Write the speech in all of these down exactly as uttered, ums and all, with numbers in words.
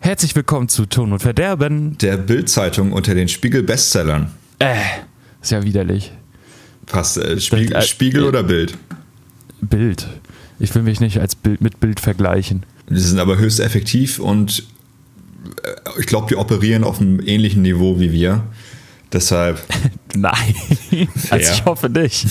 Herzlich willkommen zu Ton und Verderben. Der Bild-Zeitung unter den Spiegel-Bestsellern. Äh, ist ja widerlich. Passt, äh, Spiegel, Das, äh, Spiegel äh, oder Bild? Bild. Ich will mich nicht als Bild mit Bild vergleichen. Die sind aber höchst effektiv und äh, ich glaube, die operieren auf einem ähnlichen Niveau wie wir. Deshalb. Nein, also ich hoffe nicht.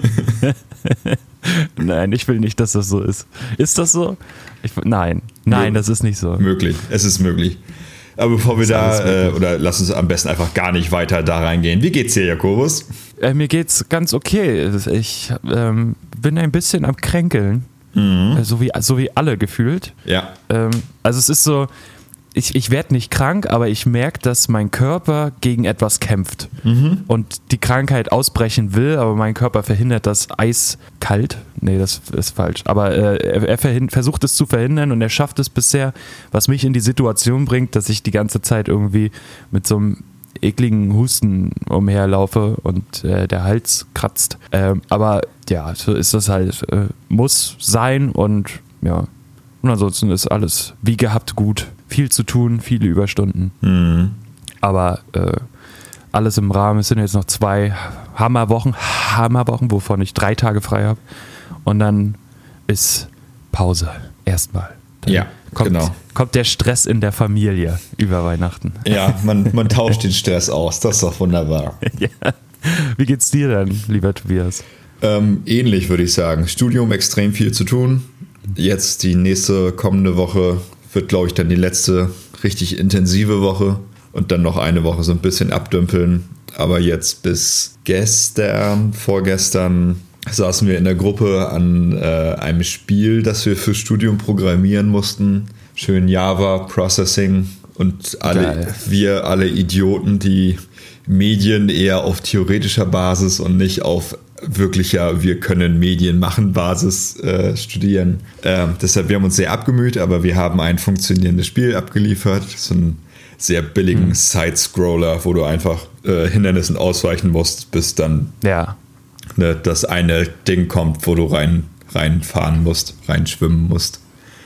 Nein, ich will nicht, dass das so ist. Ist das so? Ich, nein, nein, das ist nicht so. Möglich, es ist möglich. Aber bevor wir da, äh, oder lass uns am besten einfach gar nicht weiter da reingehen. Wie geht's dir, Jakobus? Äh, mir geht's ganz okay. Ich ähm, bin ein bisschen am Kränkeln. Mhm. Äh, so, wie, so wie alle gefühlt. Ja. Ähm, also es ist so, ich, ich werde nicht krank, aber ich merke, dass mein Körper gegen etwas kämpft. Mhm. Und die Krankheit ausbrechen will, aber mein Körper verhindert das eiskalt. Nee, das ist falsch. Aber äh, er, er verhin- versucht es zu verhindern und er schafft es bisher, was mich in die Situation bringt, dass ich die ganze Zeit irgendwie mit so einem ekligen Husten umherlaufe und äh, der Hals kratzt. Ähm, aber ja, so ist das halt. Äh, muss sein und ja. Und ansonsten ist alles wie gehabt gut. Viel zu tun, viele Überstunden. Mhm. Aber äh, alles im Rahmen. Es sind jetzt noch zwei Hammerwochen, Hammerwochen, wovon ich drei Tage frei habe. Und dann ist Pause. Erstmal. Dann Ja, kommt, genau. kommt der Stress in der Familie über Weihnachten. Ja, man, man tauscht den Stress aus. Das ist doch wunderbar. Ja. Wie geht's dir dann, lieber Tobias? Ähm, ähnlich würde ich sagen. Studium, extrem viel zu tun. Jetzt die nächste kommende Woche wird, glaube ich, dann die letzte richtig intensive Woche und dann noch eine Woche so ein bisschen abdümpeln. Aber jetzt bis gestern, vorgestern saßen wir in der Gruppe an äh, einem Spiel, das wir fürs Studium programmieren mussten. Schön Java, Processing und alle, Geil. wir alle Idioten, die Medien eher auf theoretischer Basis und nicht auf wirklicher wir können Medien machen Basis äh, studieren. Ähm, deshalb, wir haben uns sehr abgemüht, aber wir haben ein funktionierendes Spiel abgeliefert. So einen sehr billigen Mhm. Side-Scroller, wo du einfach äh, Hindernissen ausweichen musst, bis dann Ja. ne, das eine Ding kommt, wo du rein reinfahren musst, reinschwimmen musst.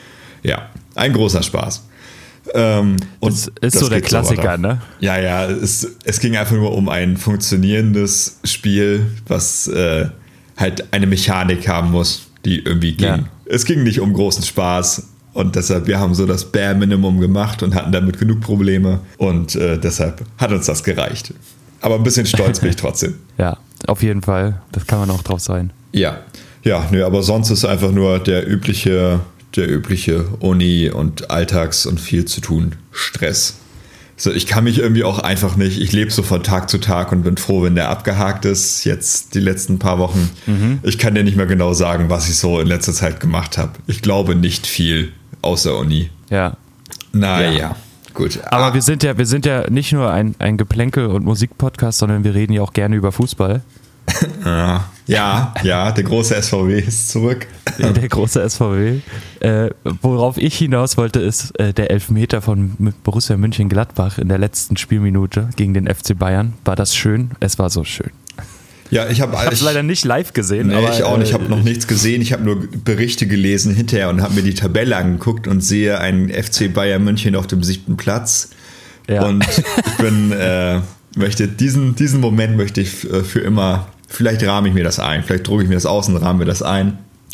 Ja, ein großer Spaß. Ähm, und Das ist so der geht Klassiker, weiter. ne? Ja, ja, es, es ging einfach nur um ein funktionierendes Spiel, was äh, halt eine Mechanik haben muss, die irgendwie ging. Ja. Es ging nicht um großen Spaß und deshalb, wir haben so das Bare Minimum gemacht und hatten damit genug Probleme und äh, deshalb hat uns das gereicht. Aber ein bisschen stolz bin ich trotzdem. Ja, auf jeden Fall. Das kann man auch drauf sein. Ja, ja, nö, aber sonst ist einfach nur der übliche, der übliche Uni und Alltags- und viel zu tun Stress. So, ich kann mich irgendwie auch einfach nicht, ich lebe so von Tag zu Tag und bin froh, wenn der abgehakt ist, jetzt die letzten paar Wochen. Mhm. Ich kann dir nicht mehr genau sagen, was ich so in letzter Zeit gemacht habe. Ich glaube nicht viel außer Uni. Ja. Naja, Ja. gut. Aber Ah, wir sind ja, wir sind ja nicht nur ein, ein Geplänkel- und Musikpodcast, sondern wir reden ja auch gerne über Fußball. ja, ja, ja, der große S V W ist zurück. Der große S V W. Äh, worauf ich hinaus wollte, ist äh, der Elfmeter von M- Borussia Mönchengladbach in der letzten Spielminute gegen den F C Bayern. War das schön? Es war so schön. Ja, ich habe Ich habe es leider nicht live gesehen. Nee, aber, ich auch nicht. Ich äh, habe noch nichts gesehen. Ich habe nur Berichte gelesen hinterher und habe mir die Tabelle angeguckt und sehe einen F C Bayern München auf dem siebten Platz. Ja. Und ich bin, äh, möchte diesen, diesen Moment möchte ich äh, für immer, vielleicht rahme ich mir das ein, vielleicht drucke ich mir das aus und rahme mir das ein.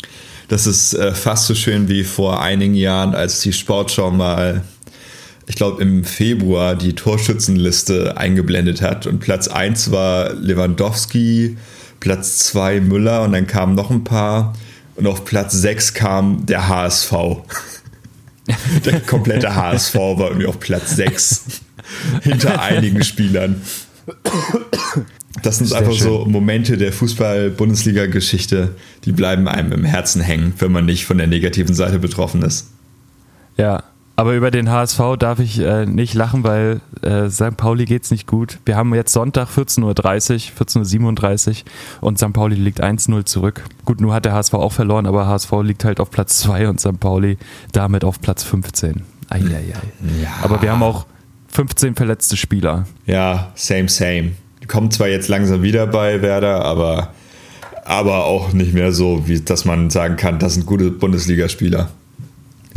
Das ist äh, fast so schön wie vor einigen Jahren, als die Sportschau mal, ich glaube im Februar, die Torschützenliste eingeblendet hat und Platz eins war Lewandowski, Platz zwei Müller und dann kamen noch ein paar und auf Platz sechs kam der H S V. Der komplette H S V war irgendwie auf Platz sechs hinter einigen Spielern. Das sind Sehr einfach schön. so Momente der Fußball-Bundesliga-Geschichte, die bleiben einem im Herzen hängen, wenn man nicht von der negativen Seite betroffen ist. Ja, aber über den H S V darf ich äh, nicht lachen, weil äh, Sankt Pauli geht's nicht gut. Wir haben jetzt Sonntag vierzehn Uhr dreißig, vierzehn Uhr siebenunddreißig und Sankt Pauli liegt eins null zurück. Gut, nun hat der H S V auch verloren, aber H S V liegt halt auf Platz zwei und Sankt Pauli damit auf Platz fünfzehn. Eieiei. Ja. Aber wir haben auch fünfzehn verletzte Spieler. Ja, same, same. Die kommen zwar jetzt langsam wieder bei Werder, aber, aber auch nicht mehr so, wie dass man sagen kann, das sind gute Bundesligaspieler. Ja.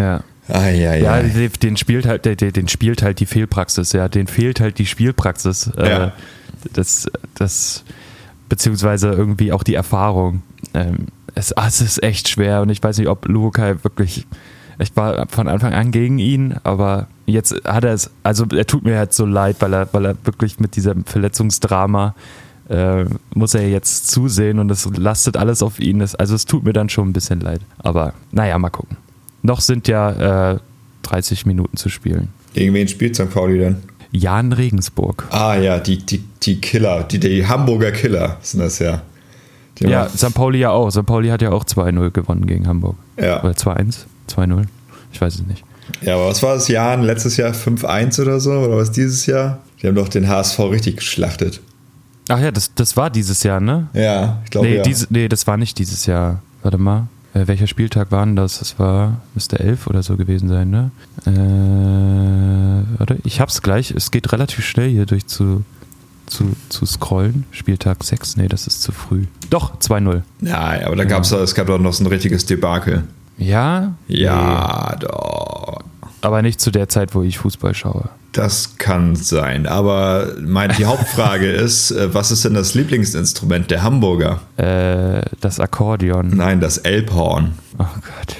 Ah, ja, Ja, ja. den spielt halt, den, den spielt halt die Fehlpraxis, ja, den fehlt halt die Spielpraxis. Ja. Äh, das, das, beziehungsweise irgendwie auch die Erfahrung. Ähm, es, ah, es ist echt schwer und ich weiß nicht, ob Lukai wirklich, ich war von Anfang an gegen ihn, aber jetzt hat er es, also er tut mir halt so leid, weil er, weil er wirklich mit diesem Verletzungsdrama äh, muss er jetzt zusehen und es lastet alles auf ihn. Das, also es tut mir dann schon ein bisschen leid. Aber naja, mal gucken. Noch sind ja äh, dreißig Minuten zu spielen. Gegen wen spielt Sankt Pauli denn? Jan Regensburg. Ah ja, die, die, die Killer, die, die Hamburger Killer sind das ja. Die Ja, haben- Sankt Pauli ja auch. Sankt Pauli hat ja auch zwei null gewonnen gegen Hamburg. Ja. Oder zwei eins? zwei null? Ich weiß es nicht. Ja, aber was war das Jahr? Letztes Jahr fünf eins oder so? Oder was dieses Jahr? Die haben doch den H S V richtig geschlachtet. Ach ja, das, das war dieses Jahr, ne? Ja, ich glaube Nee, ja. diese, nee, das war nicht dieses Jahr. Warte mal. Äh, welcher Spieltag war denn das? Das war, müsste elf oder so gewesen sein, ne? Äh, warte, ich hab's gleich. Es geht relativ schnell hier durch zu, zu, zu scrollen. Spieltag sechs, nee, das ist zu früh. Doch, zwei null. Ja, aber da gab's doch, es gab doch noch so ein richtiges Debakel. Ja? Ja, doch. Aber nicht zu der Zeit, wo ich Fußball schaue. Das kann sein. Aber mein, die Hauptfrage ist, äh, was ist denn das Lieblingsinstrument der Hamburger? Äh, das Akkordeon. Nein, das Elbhorn. Oh Gott.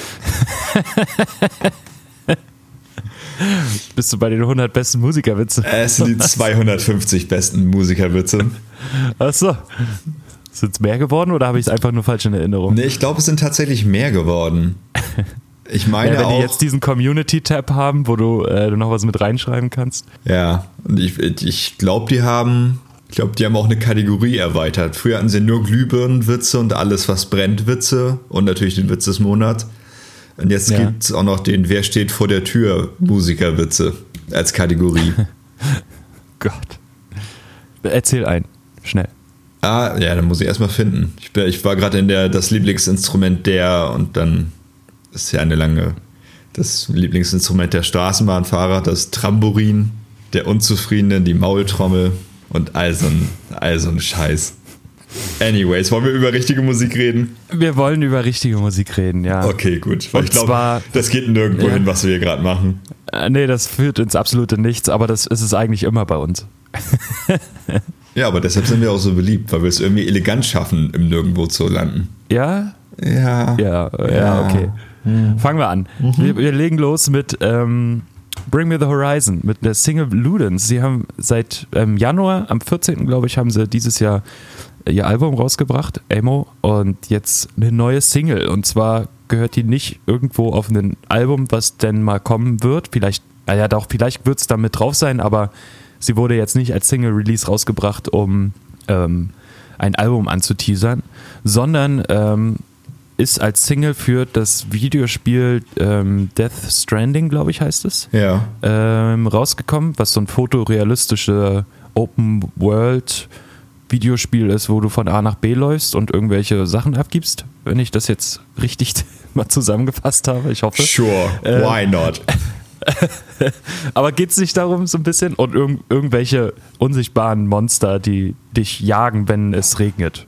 Bist du bei den hundert besten Musikerwitzen? Es sind die zweihundertfünfzig besten Musikerwitze. Achso. Sind es mehr geworden oder habe ich es einfach nur falsch in Erinnerung? Nee, ich glaube, es sind tatsächlich mehr geworden. Ich meine Ja, wenn auch. die jetzt diesen Community-Tab haben, wo du, äh, du noch was mit reinschreiben kannst. Ja, und ich, ich glaube, die haben, ich glaube, die haben auch eine Kategorie erweitert. Früher hatten sie nur Glühbirnenwitze und alles, was brennt, Witze und natürlich den Witz des Monats. Und jetzt Ja. gibt es auch noch den Wer steht vor der Tür Musikerwitze als Kategorie. Gott. Erzähl ein. Schnell. Ah, ja, dann muss ich erstmal finden. Ich, bin, ich war gerade in der das Lieblingsinstrument der und dann ist ja eine lange. Das Lieblingsinstrument der Straßenbahnfahrer, das Trampolin, der Unzufriedene, die Maultrommel und all so ein, all so ein Scheiß. Anyways, wollen wir über richtige Musik reden? Wir wollen über richtige Musik reden, ja. Okay, gut. Weil Und ich glaube, zwar- das geht nirgendwo Ja. hin, was wir hier gerade machen. Äh, nee, das führt ins absolute Nichts, aber das ist es eigentlich immer bei uns. Ja, aber deshalb sind wir auch so beliebt, weil wir es irgendwie elegant schaffen, im Nirgendwo zu landen. Ja? Ja. Ja, ja, ja, okay. Fangen wir an. Wir, wir legen los mit ähm, Bring Me the Horizon, mit der Single Ludens. Sie haben seit ähm, Januar, am vierzehnten glaube ich, haben sie dieses Jahr ihr Album rausgebracht, Emo, und jetzt eine neue Single. Und zwar gehört die nicht irgendwo auf ein Album, was denn mal kommen wird. Vielleicht, naja, doch, vielleicht wird es da mit drauf sein, aber sie wurde jetzt nicht als Single-Release rausgebracht, um ähm, ein Album anzuteasern, sondern ähm, ist als Single für das Videospiel ähm, Death Stranding, glaube ich, heißt es, Ja. ähm, rausgekommen, was so ein fotorealistische Open-World-Videospiel ist, wo du von A nach B läufst und irgendwelche Sachen abgibst, wenn ich das jetzt richtig mal zusammengefasst habe, ich hoffe. Sure. Äh, Why not? Aber geht es nicht darum so ein bisschen? Und irg irgendwelche unsichtbaren Monster, die dich jagen, wenn es regnet.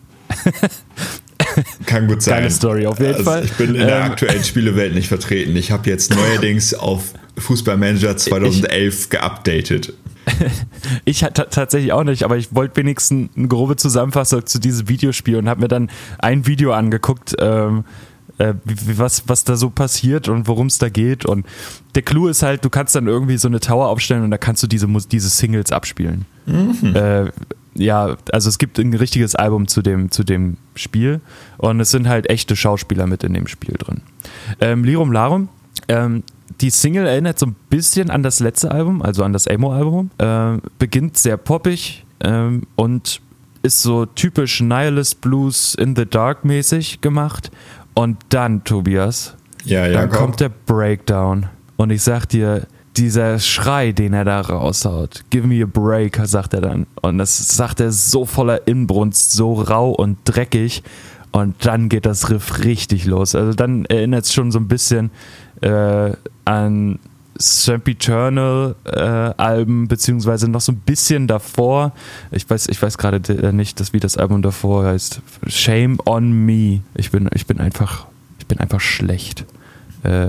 Kann gut sein. Geile Story auf jeden also Fall. Ich bin in der Ähm, aktuellen Spielewelt nicht vertreten. Ich habe jetzt neuerdings auf Fußballmanager zweitausendelf geupdatet. Ich hatte tatsächlich auch nicht, aber ich wollte wenigstens eine grobe Zusammenfassung zu diesem Videospiel und habe mir dann ein Video angeguckt, ähm, äh, wie, was, was da so passiert und worum es da geht. Und der Clou ist halt, du kannst dann irgendwie so eine Tower aufstellen und da kannst du diese, Mus- diese Singles abspielen. Mhm. Äh, ja, also es gibt ein richtiges Album zu dem, zu dem Spiel und es sind halt echte Schauspieler mit in dem Spiel drin. Ähm, Lirum Larum, ähm, die Single erinnert so ein bisschen an das letzte Album, also an das Emo-Album. Ähm, beginnt sehr poppig ähm, und ist so typisch Nihilist Blues in the Dark mäßig gemacht. Und dann, Tobias, Ja, ja, dann kommt der Breakdown. Und ich sag dir, dieser Schrei, den er da raushaut, give me a break, sagt er dann. Und das sagt er so voller Inbrunst, so rau und dreckig. Und dann geht das Riff richtig los. Also dann erinnert es schon so ein bisschen äh, an Sempiternal äh, Alben, beziehungsweise noch so ein bisschen davor. Ich weiß, ich weiß gerade nicht, dass, wie das Album davor heißt. Shame on me. Ich bin, ich bin einfach, ich bin einfach schlecht. Äh,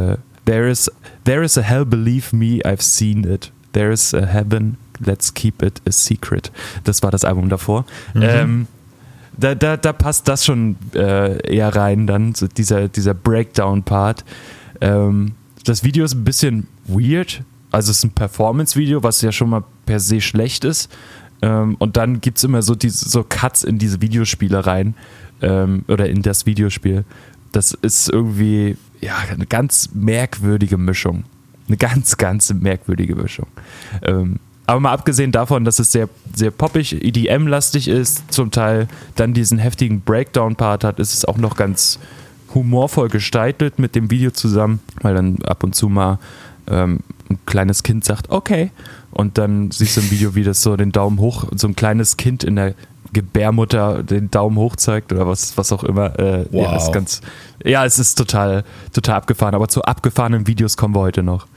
There is, there is a hell, believe me, I've seen it. There is a heaven, let's keep it a secret. Das war das Album davor. Mhm. Ähm, da, da, da passt das schon äh, eher rein, dann so dieser, dieser Breakdown-Part. Ähm, das Video ist ein bisschen weird. Also es ist ein Performance-Video, was ja schon mal per se schlecht ist. Ähm, und dann gibt es immer so, diese, so Cuts in diese Videospiele rein. Ähm, oder in das Videospiel. Das ist irgendwie ja, eine ganz merkwürdige Mischung. Eine ganz, ganz merkwürdige Mischung. Ähm, aber mal abgesehen davon, dass es sehr, sehr poppig, E D M-lastig ist, zum Teil dann diesen heftigen Breakdown-Part hat, ist es auch noch ganz humorvoll gestaltet mit dem Video zusammen, weil dann ab und zu mal ähm, ein kleines Kind sagt, okay, und dann siehst du im Video, wie das so den Daumen hoch, so ein kleines Kind in der Gebärmutter den Daumen hoch zeigt oder was, was auch immer. Äh, wow. Ja, ist ganz, ja, es ist total, total abgefahren, aber zu abgefahrenen Videos kommen wir heute noch.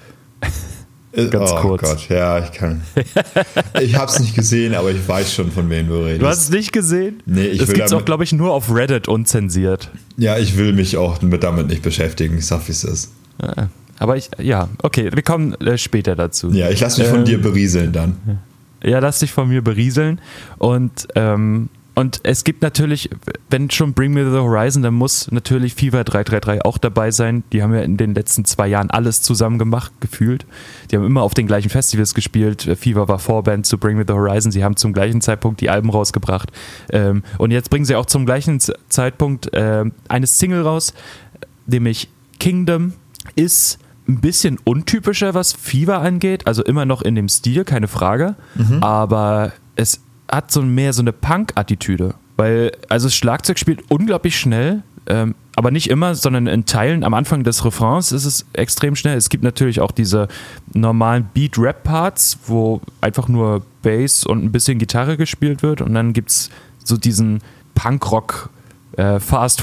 Ganz oh kurz. Gott, ja, ich kann. Ich hab's nicht gesehen, aber ich weiß schon, von wem du redest. Du hast es nicht gesehen? Nee, ich das will gibt's damit, auch, glaube ich, nur auf Reddit unzensiert. Ja, ich will mich auch mit damit nicht beschäftigen. Ich sag, wie es ist. Ja, aber ich, ja, okay, wir kommen äh, später dazu. Ja, ich lass mich von ähm, dir berieseln dann. Ja, lass dich von mir berieseln. Und, ähm, und es gibt natürlich, wenn schon Bring Me the Horizon, dann muss natürlich FIFA drei drei drei auch dabei sein. Die haben ja in den letzten zwei Jahren alles zusammen gemacht, gefühlt. Die haben immer auf den gleichen Festivals gespielt. FIFA war Vorband zu Bring Me the Horizon. Sie haben zum gleichen Zeitpunkt die Alben rausgebracht. Ähm, und jetzt bringen sie auch zum gleichen Zeitpunkt äh, eine Single raus, nämlich Kingdom. Ist ein bisschen untypischer, was FIFA angeht. Also immer noch in dem Stil, keine Frage. Mhm. Aber es hat so mehr so eine Punk-Attitüde. Weil, also das Schlagzeug spielt unglaublich schnell, ähm, aber nicht immer, sondern in Teilen. Am Anfang des Refrains ist es extrem schnell. Es gibt natürlich auch diese normalen Beat-Rap-Parts, wo einfach nur Bass und ein bisschen Gitarre gespielt wird. Und dann gibt es so diesen Punk-Rock äh,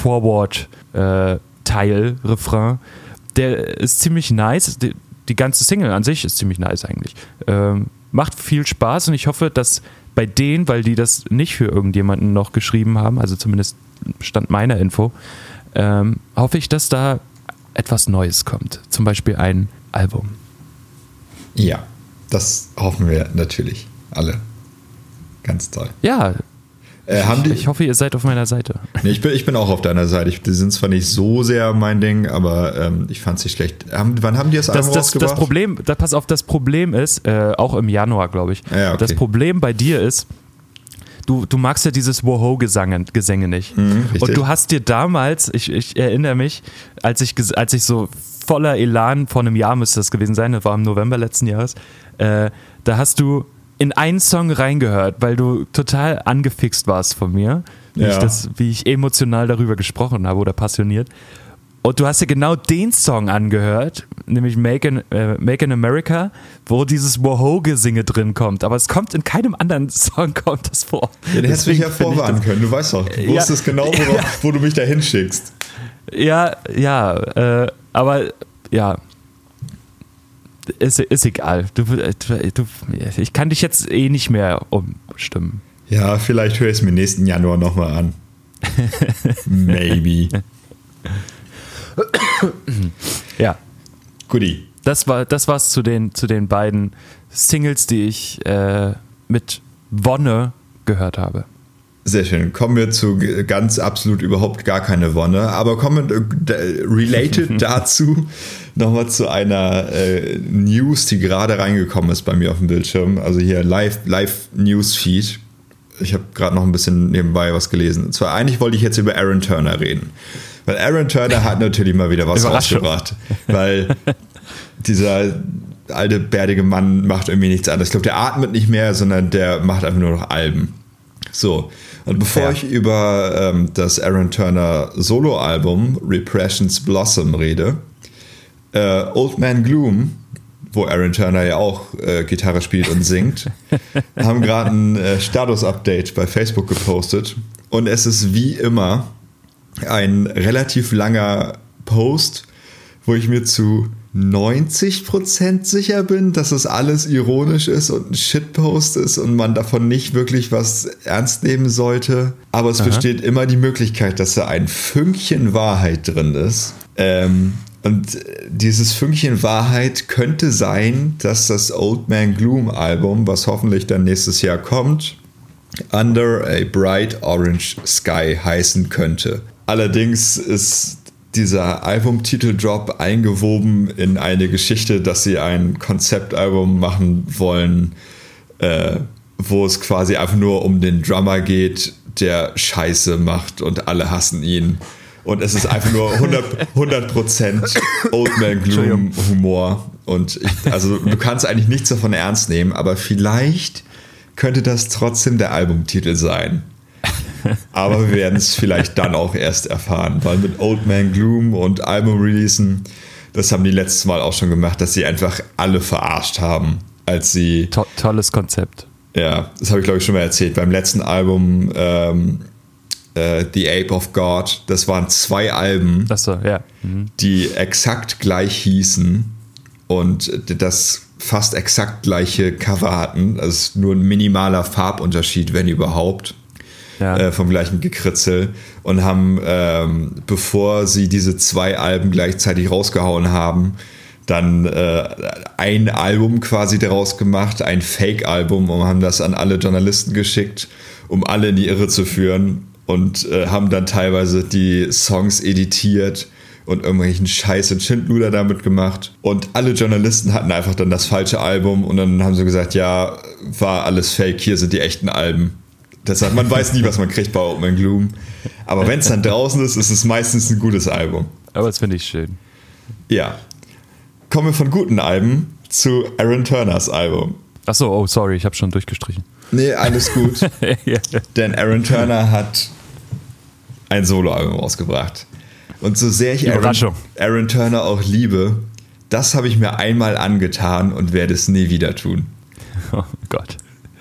Fast-Forward-Teil, äh, Refrain. Der ist ziemlich nice. Die, die ganze Single an sich ist ziemlich nice eigentlich. Ähm, macht viel Spaß und ich hoffe, dass bei denen, weil die das nicht für irgendjemanden noch geschrieben haben, also zumindest stand meiner Info, ähm, hoffe ich, dass da etwas Neues kommt. Zum Beispiel ein Album. Ja, das hoffen wir natürlich alle. Ganz toll. Ja, Äh, haben die, ich hoffe, ihr seid auf meiner Seite. Nee, ich bin, ich bin auch auf deiner Seite. Ich, die sind zwar nicht so sehr mein Ding, aber ähm, ich fand es nicht schlecht. Haben, wann haben die das, das Album das, rausgebracht? Das Problem, da, pass auf, das Problem ist, äh, auch im Januar, glaube ich, ja, okay. Das Problem bei dir ist, du, du magst ja dieses Woho-Gesänge Gesänge nicht. Mhm, und du hast dir damals, ich, ich erinnere mich, als ich, als ich so voller Elan, vor einem Jahr müsste das gewesen sein, das war im November letzten Jahres, äh, da hast du in einen Song reingehört, weil du total angefixt warst von mir, wie, ja. ich, das, wie ich emotional darüber gesprochen habe oder passioniert. Und du hast dir genau den Song angehört, nämlich Make in, äh, Make in America, wo dieses Woho-Gesinge drin kommt. Aber es kommt in keinem anderen Song kommt das vor. Ja, den hättest du mich ja vorwarnen können, du weißt doch. Du ja, wusstest genau, wo, ja. wo du mich da hinschickst. Ja, ja, äh, aber ja, ist, ist egal. Du, du, ich kann dich jetzt eh nicht mehr umstimmen. Ja, vielleicht höre ich es mir nächsten Januar nochmal an. Maybe. Ja. Guti. Das war das war's zu den, zu den beiden Singles, die ich äh, mit Wonne gehört habe. Sehr schön. Kommen wir zu ganz absolut überhaupt gar keine Wonne, aber kommen äh, related dazu nochmal zu einer äh, News, die gerade reingekommen ist bei mir auf dem Bildschirm. Also hier Live, Live Newsfeed. Ich habe gerade noch ein bisschen nebenbei was gelesen. Und zwar eigentlich wollte ich jetzt über Aaron Turner reden. Weil Aaron Turner hat natürlich mal wieder was rausgebracht. Weil dieser alte, bärtige Mann macht irgendwie nichts anderes. Ich glaube, der atmet nicht mehr, sondern der macht einfach nur noch Alben. So, und bevor ja. ich über ähm, das Aaron Turner Soloalbum Repressions Blossom rede, äh, Old Man Gloom, wo Aaron Turner ja auch äh, Gitarre spielt und singt, haben gerade ein äh, Status-Update bei Facebook gepostet und es ist wie immer ein relativ langer Post, wo ich mir zu neunzig Prozent sicher bin, dass es alles ironisch ist und ein Shitpost ist und man davon nicht wirklich was ernst nehmen sollte. Aber es Aha. besteht immer die Möglichkeit, dass da ein Fünkchen Wahrheit drin ist. Ähm, Und dieses Fünkchen Wahrheit könnte sein, dass das Old Man Gloom Album, was hoffentlich dann nächstes Jahr kommt, Under a Bright Orange Sky heißen könnte. Allerdings ist dieser Albumtiteldrop eingewoben in eine Geschichte, dass sie ein Konzeptalbum machen wollen, äh, wo es quasi einfach nur um den Drummer geht, der Scheiße macht und alle hassen ihn. Und es ist einfach nur hundert Prozent Old Man Gloom Humor. Und ich, also du kannst eigentlich nichts davon ernst nehmen, aber vielleicht könnte das trotzdem der Albumtitel sein. Aber wir werden es vielleicht dann auch erst erfahren, weil mit Old Man Gloom und Album-Releasen, das haben die letztes Mal auch schon gemacht, dass sie einfach alle verarscht haben, als sie... To- tolles Konzept. Ja, das habe ich glaube ich schon mal erzählt. Beim letzten Album ähm, äh, The Ape of God, das waren zwei Alben, Ach so, ja. Mhm. die exakt gleich hießen und das fast exakt gleiche Cover hatten. Also nur ein minimaler Farbunterschied, wenn überhaupt. Ja. Äh, vom gleichen Gekritzel und haben, ähm, bevor sie diese zwei Alben gleichzeitig rausgehauen haben, dann äh, ein Album quasi daraus gemacht, ein Fake-Album, und haben das an alle Journalisten geschickt, um alle in die Irre zu führen, und äh, haben dann teilweise die Songs editiert und irgendwelchen Scheiß und Schindluder damit gemacht. Und alle Journalisten hatten einfach dann das falsche Album und dann haben sie gesagt, ja, war alles Fake, hier sind die echten Alben. Deshalb, man weiß nie, was man kriegt bei Old Man Gloom. Aber wenn es dann draußen ist, ist es meistens ein gutes Album. Aber das finde ich schön. Ja. Kommen wir von guten Alben zu Aaron Turners Album. Achso, oh sorry, ich habe schon durchgestrichen. Nee, alles gut. Ja. Denn Aaron Turner hat ein Soloalbum rausgebracht. Und so sehr ich Aaron, Aaron Turner auch liebe, das habe ich mir einmal angetan und werde es nie wieder tun. Oh Gott.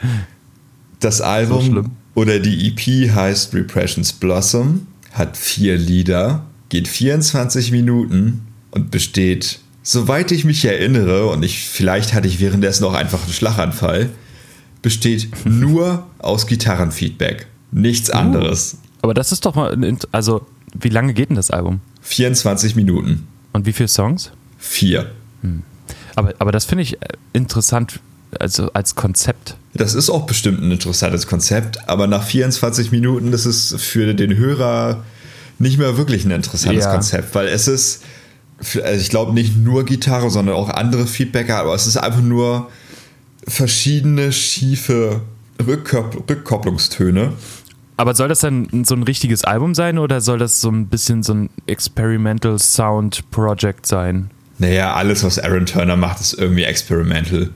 Das Album so oder die E P heißt Repression's Blossom, hat vier Lieder, geht vierundzwanzig Minuten und besteht, soweit ich mich erinnere, und ich, vielleicht hatte ich währenddessen auch einfach einen Schlaganfall, besteht nur aus Gitarrenfeedback. Nichts anderes. Uh, aber das ist doch mal, also wie lange geht denn das Album? vierundzwanzig Minuten. Und wie viele Songs? Vier. Hm. Aber, aber das finde ich interessant, also als Konzept. Das ist auch bestimmt ein interessantes Konzept, aber nach vierundzwanzig Minuten, das ist für den Hörer nicht mehr wirklich ein interessantes ja. Konzept, weil es ist, also ich glaube nicht nur Gitarre, sondern auch andere Feedbacker, aber es ist einfach nur verschiedene schiefe Rückkop- Rückkopplungstöne. Aber soll das dann so ein richtiges Album sein oder soll das so ein bisschen so ein Experimental Sound Project sein? Naja, alles, was Aaron Turner macht, ist irgendwie experimental.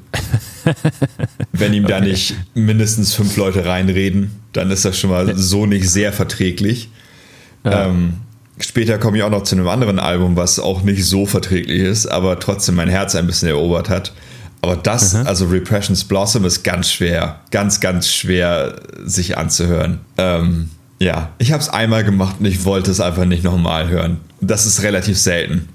Wenn ihm okay. da nicht mindestens fünf Leute reinreden, dann ist das schon mal so nicht sehr verträglich. Ja. Ähm, später komme ich auch noch zu einem anderen Album, was auch nicht so verträglich ist, aber trotzdem mein Herz ein bisschen erobert hat. Aber das, mhm. also Repression's Blossom, ist ganz schwer, ganz, ganz schwer sich anzuhören. Ähm, ja, ich habe es einmal gemacht und ich wollte es einfach nicht nochmal hören. Das ist relativ selten.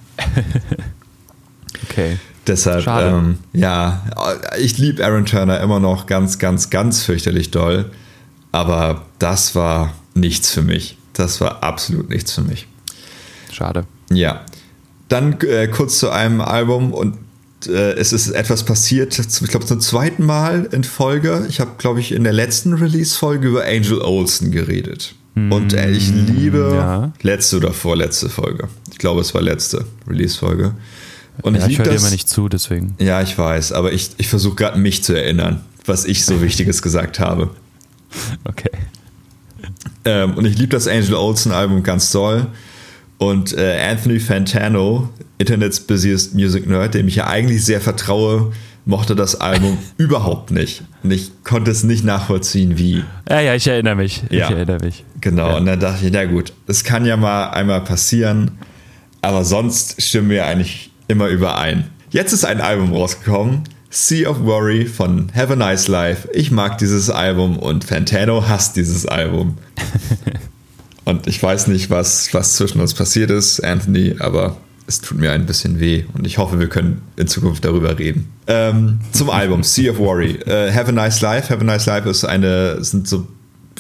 Okay. Deshalb, ähm, ja, ich liebe Aaron Turner immer noch ganz, ganz, ganz fürchterlich doll. Aber das war nichts für mich. Das war absolut nichts für mich. Schade. Ja. Dann äh, kurz zu einem Album und äh, es ist etwas passiert, ich glaube zum zweiten Mal in Folge. Ich habe, glaube ich, in der letzten Release-Folge über Angel Olsen geredet. Und äh, ich liebe ja. letzte oder vorletzte Folge. Ich glaube, es war letzte Release-Folge. Und ja, ich, ich höre dir das, immer nicht zu, deswegen. Ja, ich weiß, aber ich, ich versuche gerade mich zu erinnern, was ich so Wichtiges gesagt habe. Okay. Ähm, und ich liebe das Angel Olsen Album ganz doll. Und äh, Anthony Fantano, Internet's busiest Music Nerd, dem ich ja eigentlich sehr vertraue, mochte das Album überhaupt nicht. Und ich konnte es nicht nachvollziehen, wie. Ja, ja, ich erinnere mich. Ja, ich erinnere mich. Genau, ja. Und dann dachte ich, na gut, das kann ja mal einmal passieren, aber sonst stimmen wir eigentlich immer überein. Jetzt ist ein Album rausgekommen, Sea of Worry von Have a Nice Life. Ich mag dieses Album und Fantano hasst dieses Album. Und ich weiß nicht, was, was zwischen uns passiert ist, Anthony, aber es tut mir ein bisschen weh und ich hoffe, wir können in Zukunft darüber reden. Ähm, zum Album Sea of Worry. Äh, Have a Nice Life. Have a Nice Life ist eine, sind so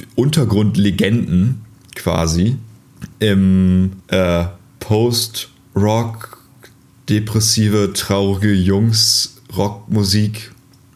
Untergrundlegenden quasi im äh, Post Rock, depressive, traurige Jungs-Rockmusik.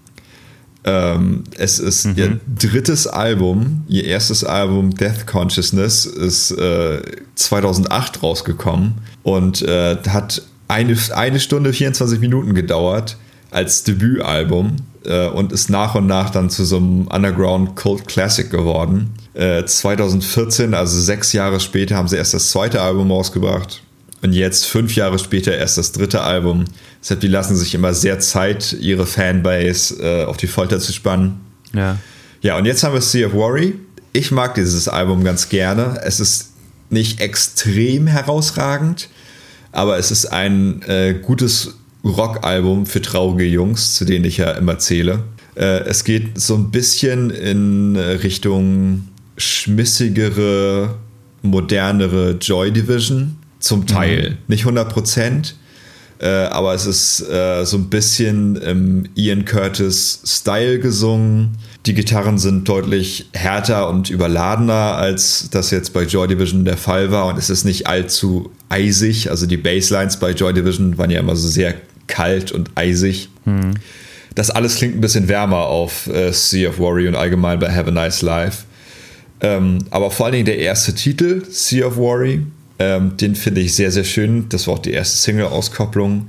Ähm, es ist mhm. ihr drittes Album. Ihr erstes Album Death Consciousness ist äh, zweitausendacht rausgekommen und äh, hat eine, eine Stunde vierundzwanzig Minuten gedauert als Debütalbum äh, und ist nach und nach dann zu so einem Underground Cult Classic geworden. Äh, zweitausendvierzehn, also sechs Jahre später, haben sie erst das zweite Album rausgebracht. Und jetzt, fünf Jahre später, erst das dritte Album. Deshalb, die lassen sich immer sehr Zeit, ihre Fanbase äh, auf die Folter zu spannen. Ja. Ja, und jetzt haben wir Sea of Worry. Ich mag dieses Album ganz gerne. Es ist nicht extrem herausragend, aber es ist ein äh, gutes Rockalbum für traurige Jungs, zu denen ich ja immer zähle. Äh, es geht so ein bisschen in Richtung schmissigere, modernere Joy Division. Zum Teil. Mhm. Nicht hundert Prozent, äh, aber es ist äh, so ein bisschen im Ian Curtis-Style gesungen. Die Gitarren sind deutlich härter und überladener, als das jetzt bei Joy Division der Fall war. Und es ist nicht allzu eisig. Also die Basslines bei Joy Division waren ja immer so sehr kalt und eisig. Mhm. Das alles klingt ein bisschen wärmer auf äh, Sea of Worry und allgemein bei Have a Nice Life. Ähm, aber vor allen Dingen der erste Titel, Sea of Worry, Ähm, den finde ich sehr, sehr schön. Das war auch die erste Single-Auskopplung.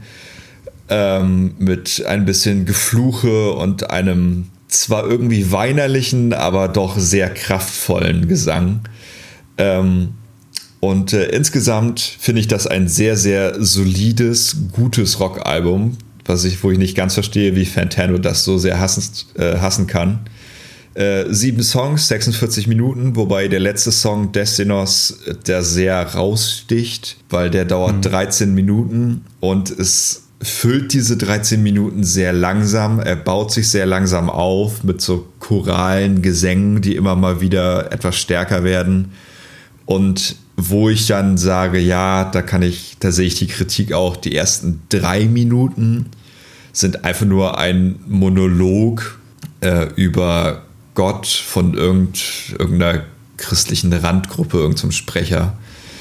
Ähm, mit ein bisschen Gefluche und einem zwar irgendwie weinerlichen, aber doch sehr kraftvollen Gesang. Ähm, und äh, insgesamt finde ich das ein sehr, sehr solides, gutes Rockalbum, was ich, wo ich nicht ganz verstehe, wie Fantano das so sehr hassen, äh, hassen kann. Äh, sieben Songs, sechsundvierzig Minuten, wobei der letzte Song Destinos der sehr raussticht, weil der dauert mhm. dreizehn Minuten und es füllt diese dreizehn Minuten sehr langsam. Er baut sich sehr langsam auf mit so choralen Gesängen, die immer mal wieder etwas stärker werden. Und wo ich dann sage, ja, da kann ich, da sehe ich die Kritik auch, die ersten drei Minuten sind einfach nur ein Monolog äh, über Gott von irgend, irgendeiner christlichen Randgruppe, irgendeinem Sprecher.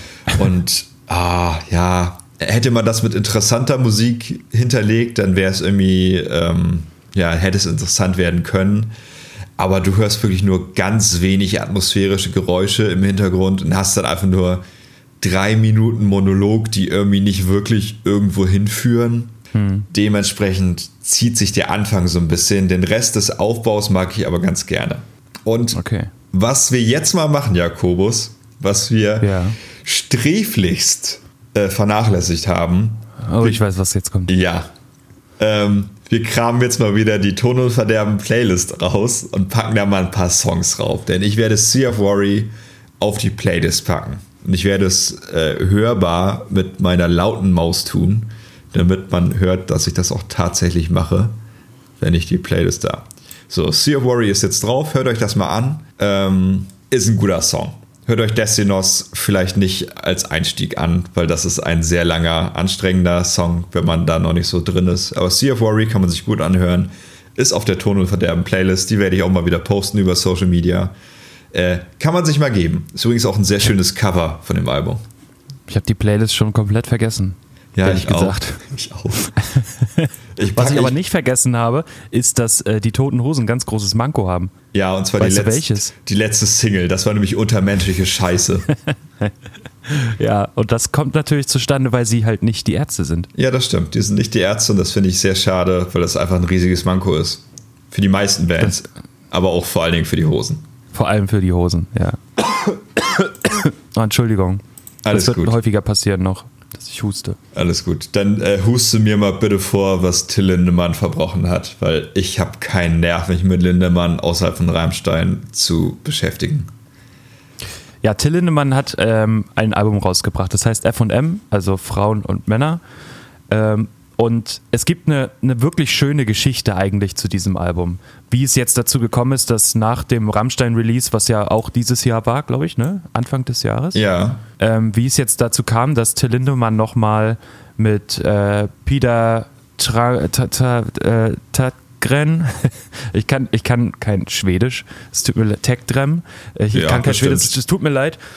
Und ah, ja, hätte man das mit interessanter Musik hinterlegt, dann wäre es irgendwie, ähm, ja, hätte es interessant werden können. Aber du hörst wirklich nur ganz wenig atmosphärische Geräusche im Hintergrund und hast dann einfach nur drei Minuten Monolog, die irgendwie nicht wirklich irgendwo hinführen. Hm. Dementsprechend zieht sich der Anfang so ein bisschen. Den Rest des Aufbaus mag ich aber ganz gerne. Und okay. Was wir jetzt mal machen, Jakobus, was wir ja. sträflichst äh, vernachlässigt haben. Oh, ich weiß, was jetzt kommt. Ja. Ähm, wir kramen jetzt mal wieder die Ton und Verderben Playlist raus und packen da mal ein paar Songs rauf. Denn ich werde Sea of Worry auf die Playlist packen. Und ich werde es äh, hörbar mit meiner lauten Maus tun, damit man hört, dass ich das auch tatsächlich mache, wenn ich die Playlist da. So, Sea of Worry ist jetzt drauf, hört euch das mal an. Ähm, ist ein guter Song. Hört euch Destinos vielleicht nicht als Einstieg an, weil das ist ein sehr langer, anstrengender Song, wenn man da noch nicht so drin ist. Aber Sea of Worry kann man sich gut anhören. Ist auf der Ton und Verderben Playlist. Die werde ich auch mal wieder posten über Social Media. Äh, kann man sich mal geben. Ist übrigens auch ein sehr schönes Cover von dem Album. Ich habe die Playlist schon komplett vergessen. Ja, ehrlich ich gesagt. Auch. Ich auch. Ich Was ich aber nicht vergessen habe, ist, dass äh, die Toten Hosen ein ganz großes Manko haben. Ja, und zwar weißt die, du letzt, welches? die letzte Single. Das war nämlich untermenschliche Scheiße. Ja, und das kommt natürlich zustande, weil sie halt nicht die Ärzte sind. Ja, das stimmt. Die sind nicht die Ärzte und das finde ich sehr schade, weil das einfach ein riesiges Manko ist. Für die meisten Bands, das, aber auch vor allen Dingen für die Hosen. Vor allem für die Hosen, ja. Oh, Entschuldigung. Alles das wird gut. häufiger passieren noch, dass ich huste. Alles gut. Dann äh, huste mir mal bitte vor, was Till Lindemann verbrochen hat, weil ich habe keinen Nerv, mich mit Lindemann außerhalb von Rammstein zu beschäftigen. Ja, Till Lindemann hat ähm, ein Album rausgebracht, das heißt F und M, also Frauen und Männer. Ähm, und es gibt eine, eine wirklich schöne Geschichte eigentlich zu diesem Album. Wie es jetzt dazu gekommen ist, dass nach dem Rammstein-Release, was ja auch dieses Jahr war, glaube ich, ne? Anfang des Jahres. Ja. Ähm, wie es jetzt dazu kam, dass Till Lindemann nochmal mit äh, Peter Tra- ta- ta- äh, Tägtgren, ich kann, ich kann kein Schwedisch, es tut mir leid, Tägtgren, ich Ja, kann kein bestimmt. Schwedisch, es tut mir leid,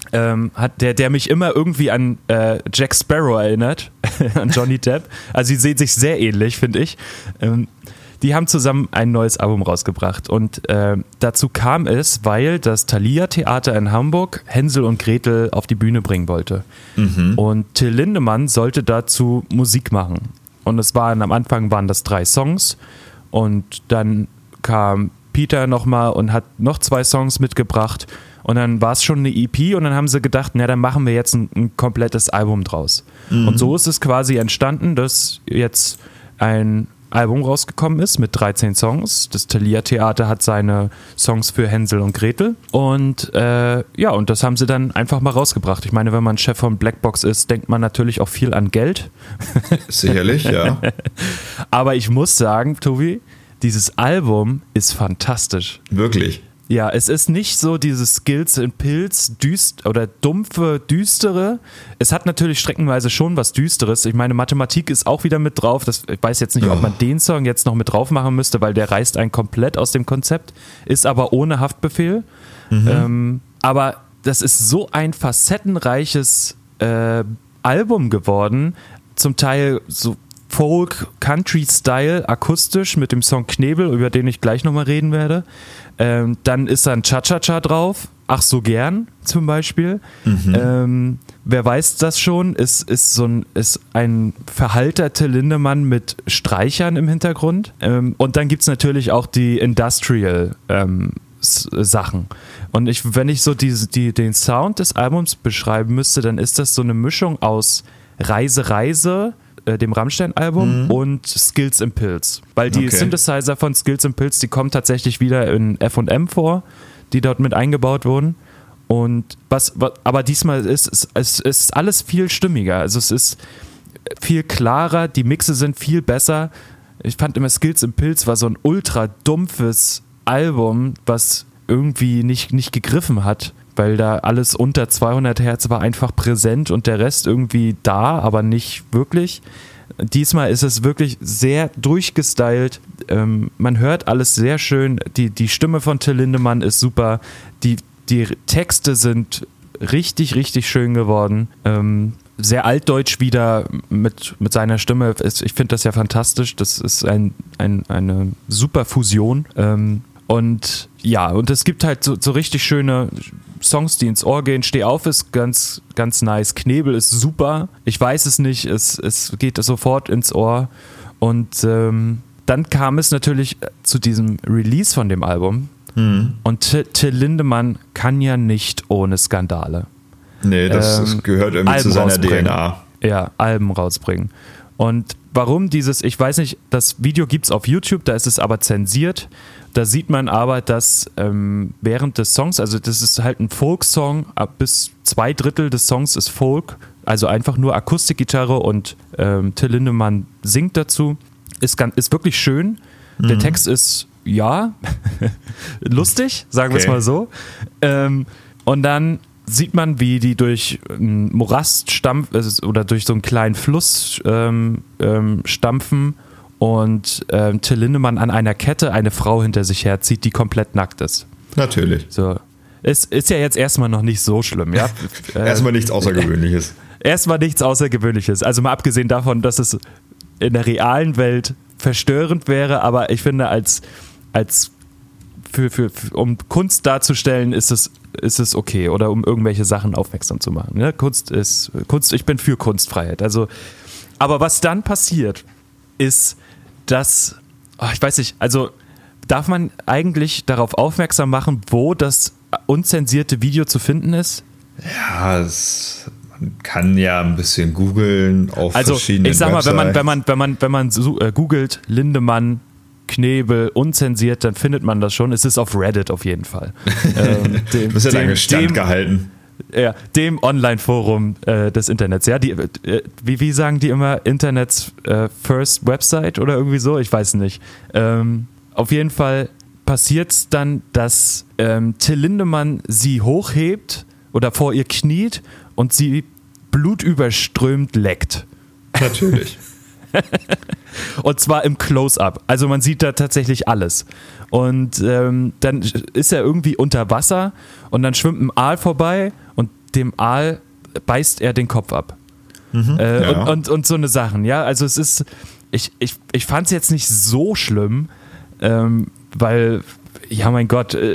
ähm, hat, der, der mich immer irgendwie an äh, Jack Sparrow erinnert, an Johnny Depp. Also sie sehen sich sehr ähnlich, finde ich. Ähm, die haben zusammen ein neues Album rausgebracht und äh, dazu kam es, weil das Thalia Theater in Hamburg Hänsel und Gretel auf die Bühne bringen wollte. Mhm. Und Till Lindemann sollte dazu Musik machen. Und es waren, am Anfang waren das drei Songs und dann kam Peter nochmal und hat noch zwei Songs mitgebracht und dann war es schon eine E P und dann haben sie gedacht, na dann machen wir jetzt ein, ein komplettes Album draus. Mhm. Und so ist es quasi entstanden, dass jetzt ein Album rausgekommen ist mit dreizehn Songs. Das Thalia Theater hat seine Songs für Hänsel und Gretel und äh, ja, und das haben sie dann einfach mal rausgebracht. Ich meine, wenn man Chef von Blackbox ist, denkt man natürlich auch viel an Geld. Sicherlich, ja. Aber ich muss sagen, Tobi, dieses Album ist fantastisch. Wirklich? Ja, es ist nicht so dieses Skills and Pills düst oder dumpfe, düstere. Es hat natürlich streckenweise schon was Düsteres. Ich meine, Mathematik ist auch wieder mit drauf. Das, ich weiß jetzt nicht, oh. ob man den Song jetzt noch mit drauf machen müsste, weil der reißt einen komplett aus dem Konzept, ist aber ohne Haftbefehl. Mhm. Ähm, aber das ist so ein facettenreiches äh, Album geworden. Zum Teil so Folk, Country-Style, akustisch mit dem Song Knebel, über den ich gleich nochmal reden werde. Ähm, dann ist da ein Cha-Cha-Cha drauf, Ach so gern zum Beispiel. Mhm. Ähm, wer weiß das schon, ist, ist, so ein, ist ein verhalter Till Lindemann mit Streichern im Hintergrund. Ähm, und dann gibt es natürlich auch die Industrial ähm, Sachen. Und ich, wenn ich so die, die, den Sound des Albums beschreiben müsste, dann ist das so eine Mischung aus Reise, Reise, dem Rammstein-Album mhm. und Skills and Pills. Weil die okay. Synthesizer von Skills and Pills, die kommen tatsächlich wieder in F und M vor, die dort mit eingebaut wurden. Und was, was aber diesmal ist es ist, ist alles viel stimmiger. Also es ist viel klarer, die Mixe sind viel besser. Ich fand immer, Skills and Pills war so ein ultra dumpfes Album, was irgendwie nicht, nicht gegriffen hat, weil da alles unter zweihundert Hertz war einfach präsent und der Rest irgendwie da, aber nicht wirklich. Diesmal ist es wirklich sehr durchgestylt. Ähm, man hört alles sehr schön. Die, die Stimme von Till Lindemann ist super. Die, die Texte sind richtig, richtig schön geworden. Ähm, sehr altdeutsch wieder mit, mit seiner Stimme. Ich finde das ja fantastisch. Das ist ein, ein, eine super Fusion. Ähm, und ja, und es gibt halt so, so richtig schöne Songs, die ins Ohr gehen. Steh auf ist ganz, ganz nice. Knebel ist super. Ich weiß es nicht. Es, es geht sofort ins Ohr. Und ähm, dann kam es natürlich zu diesem Release von dem Album. Mhm. Und T- Till Lindemann kann ja nicht ohne Skandale. Nee, das, ähm, das gehört irgendwie Alben zu seiner D N A. Ja, Alben rausbringen. Und warum dieses, ich weiß nicht, das Video gibt es auf YouTube, da ist es aber zensiert. Da sieht man aber, dass ähm, während des Songs, also das ist halt ein Folk-Song, bis zwei Drittel des Songs ist Folk, also einfach nur Akustikgitarre und ähm, Till Lindemann singt dazu. Ist, ganz, ist wirklich schön. Mhm. Der Text ist, ja, lustig, sagen wir es mal so. Ähm, und dann sieht man, wie die durch einen Morast stampfen oder durch so einen kleinen Fluss ähm, ähm, stampfen und ähm, Till Lindemann an einer Kette eine Frau hinter sich herzieht, die komplett nackt ist. Natürlich. So. Es ist ja jetzt erstmal noch nicht so schlimm, ja. Erstmal nichts Außergewöhnliches. Erstmal nichts Außergewöhnliches. Also mal abgesehen davon, dass es in der realen Welt verstörend wäre, aber ich finde, als, als für, für, für, um Kunst darzustellen, ist es, ist es okay. Oder um irgendwelche Sachen aufmerksam zu machen. Ne? Kunst ist Kunst, ich bin für Kunstfreiheit. Also, aber was dann passiert, ist, dass, oh, ich weiß nicht, also darf man eigentlich darauf aufmerksam machen, wo das unzensierte Video zu finden ist? Ja, es, man kann ja ein bisschen googeln auf also, verschiedenen ich sag mal, Websites. wenn man, wenn man, wenn man, wenn man so, äh, googelt Lindemann, Knebel, unzensiert, dann findet man das schon. Es ist auf Reddit auf jeden Fall. ähm, dem, du bist ja dem, lange standgehalten. Ja, dem Online-Forum äh, des Internets. Ja, die, äh, wie, wie sagen die immer, Internet's äh, First Website oder irgendwie so? Ich weiß nicht. Ähm, auf jeden Fall passiert es dann, dass ähm, Till Lindemann sie hochhebt oder vor ihr kniet und sie blutüberströmt leckt. Natürlich. Und zwar im Close-Up. Also man sieht da tatsächlich alles. Und ähm, dann ist er irgendwie unter Wasser und dann schwimmt ein Aal vorbei und dem Aal beißt er den Kopf ab. Mhm, äh, ja. und, und, und so eine Sachen, ja. Also es ist, ich, ich, ich fand es jetzt nicht so schlimm, ähm, weil, ja mein Gott, äh,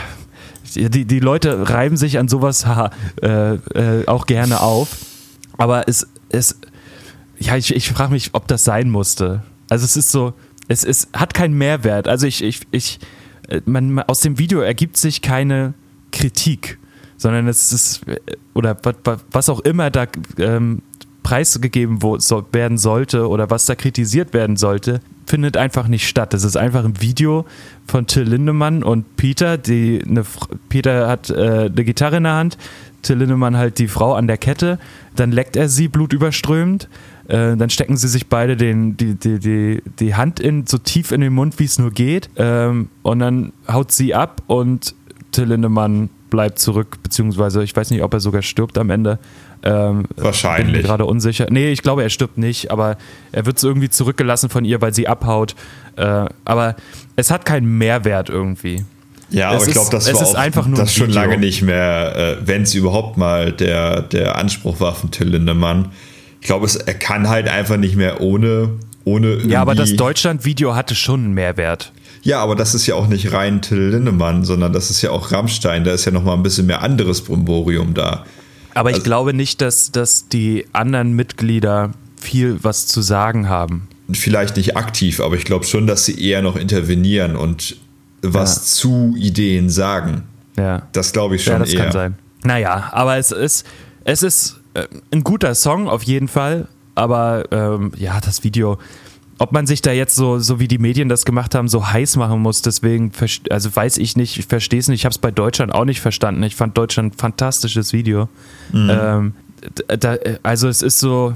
die, die Leute reiben sich an sowas haha, äh, äh, auch gerne auf. Aber es, es ja, ich, ich frage mich, ob das sein musste. Also es ist so, es, es hat keinen Mehrwert. Also ich, ich, ich, man, aus dem Video ergibt sich keine Kritik, sondern es ist, oder was auch immer da ähm, preisgegeben wo, so, werden sollte oder was da kritisiert werden sollte, findet einfach nicht statt. Es ist einfach ein Video von Till Lindemann und Peter, die eine, Peter hat äh, eine Gitarre in der Hand, Till Lindemann halt die Frau an der Kette, dann leckt er sie blutüberströmend, äh, dann stecken sie sich beide den, die, die, die, die Hand in, so tief in den Mund, wie es nur geht, ähm, und dann haut sie ab und Till Lindemann bleibt zurück, beziehungsweise ich weiß nicht, ob er sogar stirbt am Ende. Ähm, Wahrscheinlich. Bin mir gerade unsicher. Nee, ich glaube, er stirbt nicht, aber er wird so irgendwie zurückgelassen von ihr, weil sie abhaut. Äh, aber es hat keinen Mehrwert irgendwie. Ja, es aber ich glaube, das ist, war es ist auch einfach nur das ein schon Video. lange nicht mehr, äh, wenn es überhaupt mal der, der Anspruch war von Till Lindemann. Ich glaube, es, er kann halt einfach nicht mehr ohne, ohne irgendwie... Ja, aber das Deutschland-Video hatte schon einen Mehrwert. Ja, aber das ist ja auch nicht rein Till Lindemann, sondern das ist ja auch Rammstein. Da ist ja nochmal ein bisschen mehr anderes Brimborium da. Aber ich Also- glaube nicht, dass, dass die anderen Mitglieder viel was zu sagen haben. Vielleicht nicht aktiv, aber ich glaube schon, dass sie eher noch intervenieren und was Ja. zu Ideen sagen. Ja. Das glaube ich schon Ja, das eher. kann sein. Naja, aber es ist, es ist äh, ein guter Song auf jeden Fall, aber ähm, ja, das Video, ob man sich da jetzt so, so wie die Medien das gemacht haben, so heiß machen muss, deswegen, verst- also weiß ich nicht, ich verstehe es nicht, ich habe es bei Deutschland auch nicht verstanden, ich fand Deutschland ein fantastisches Video. Mhm. Ähm, da, also es ist so,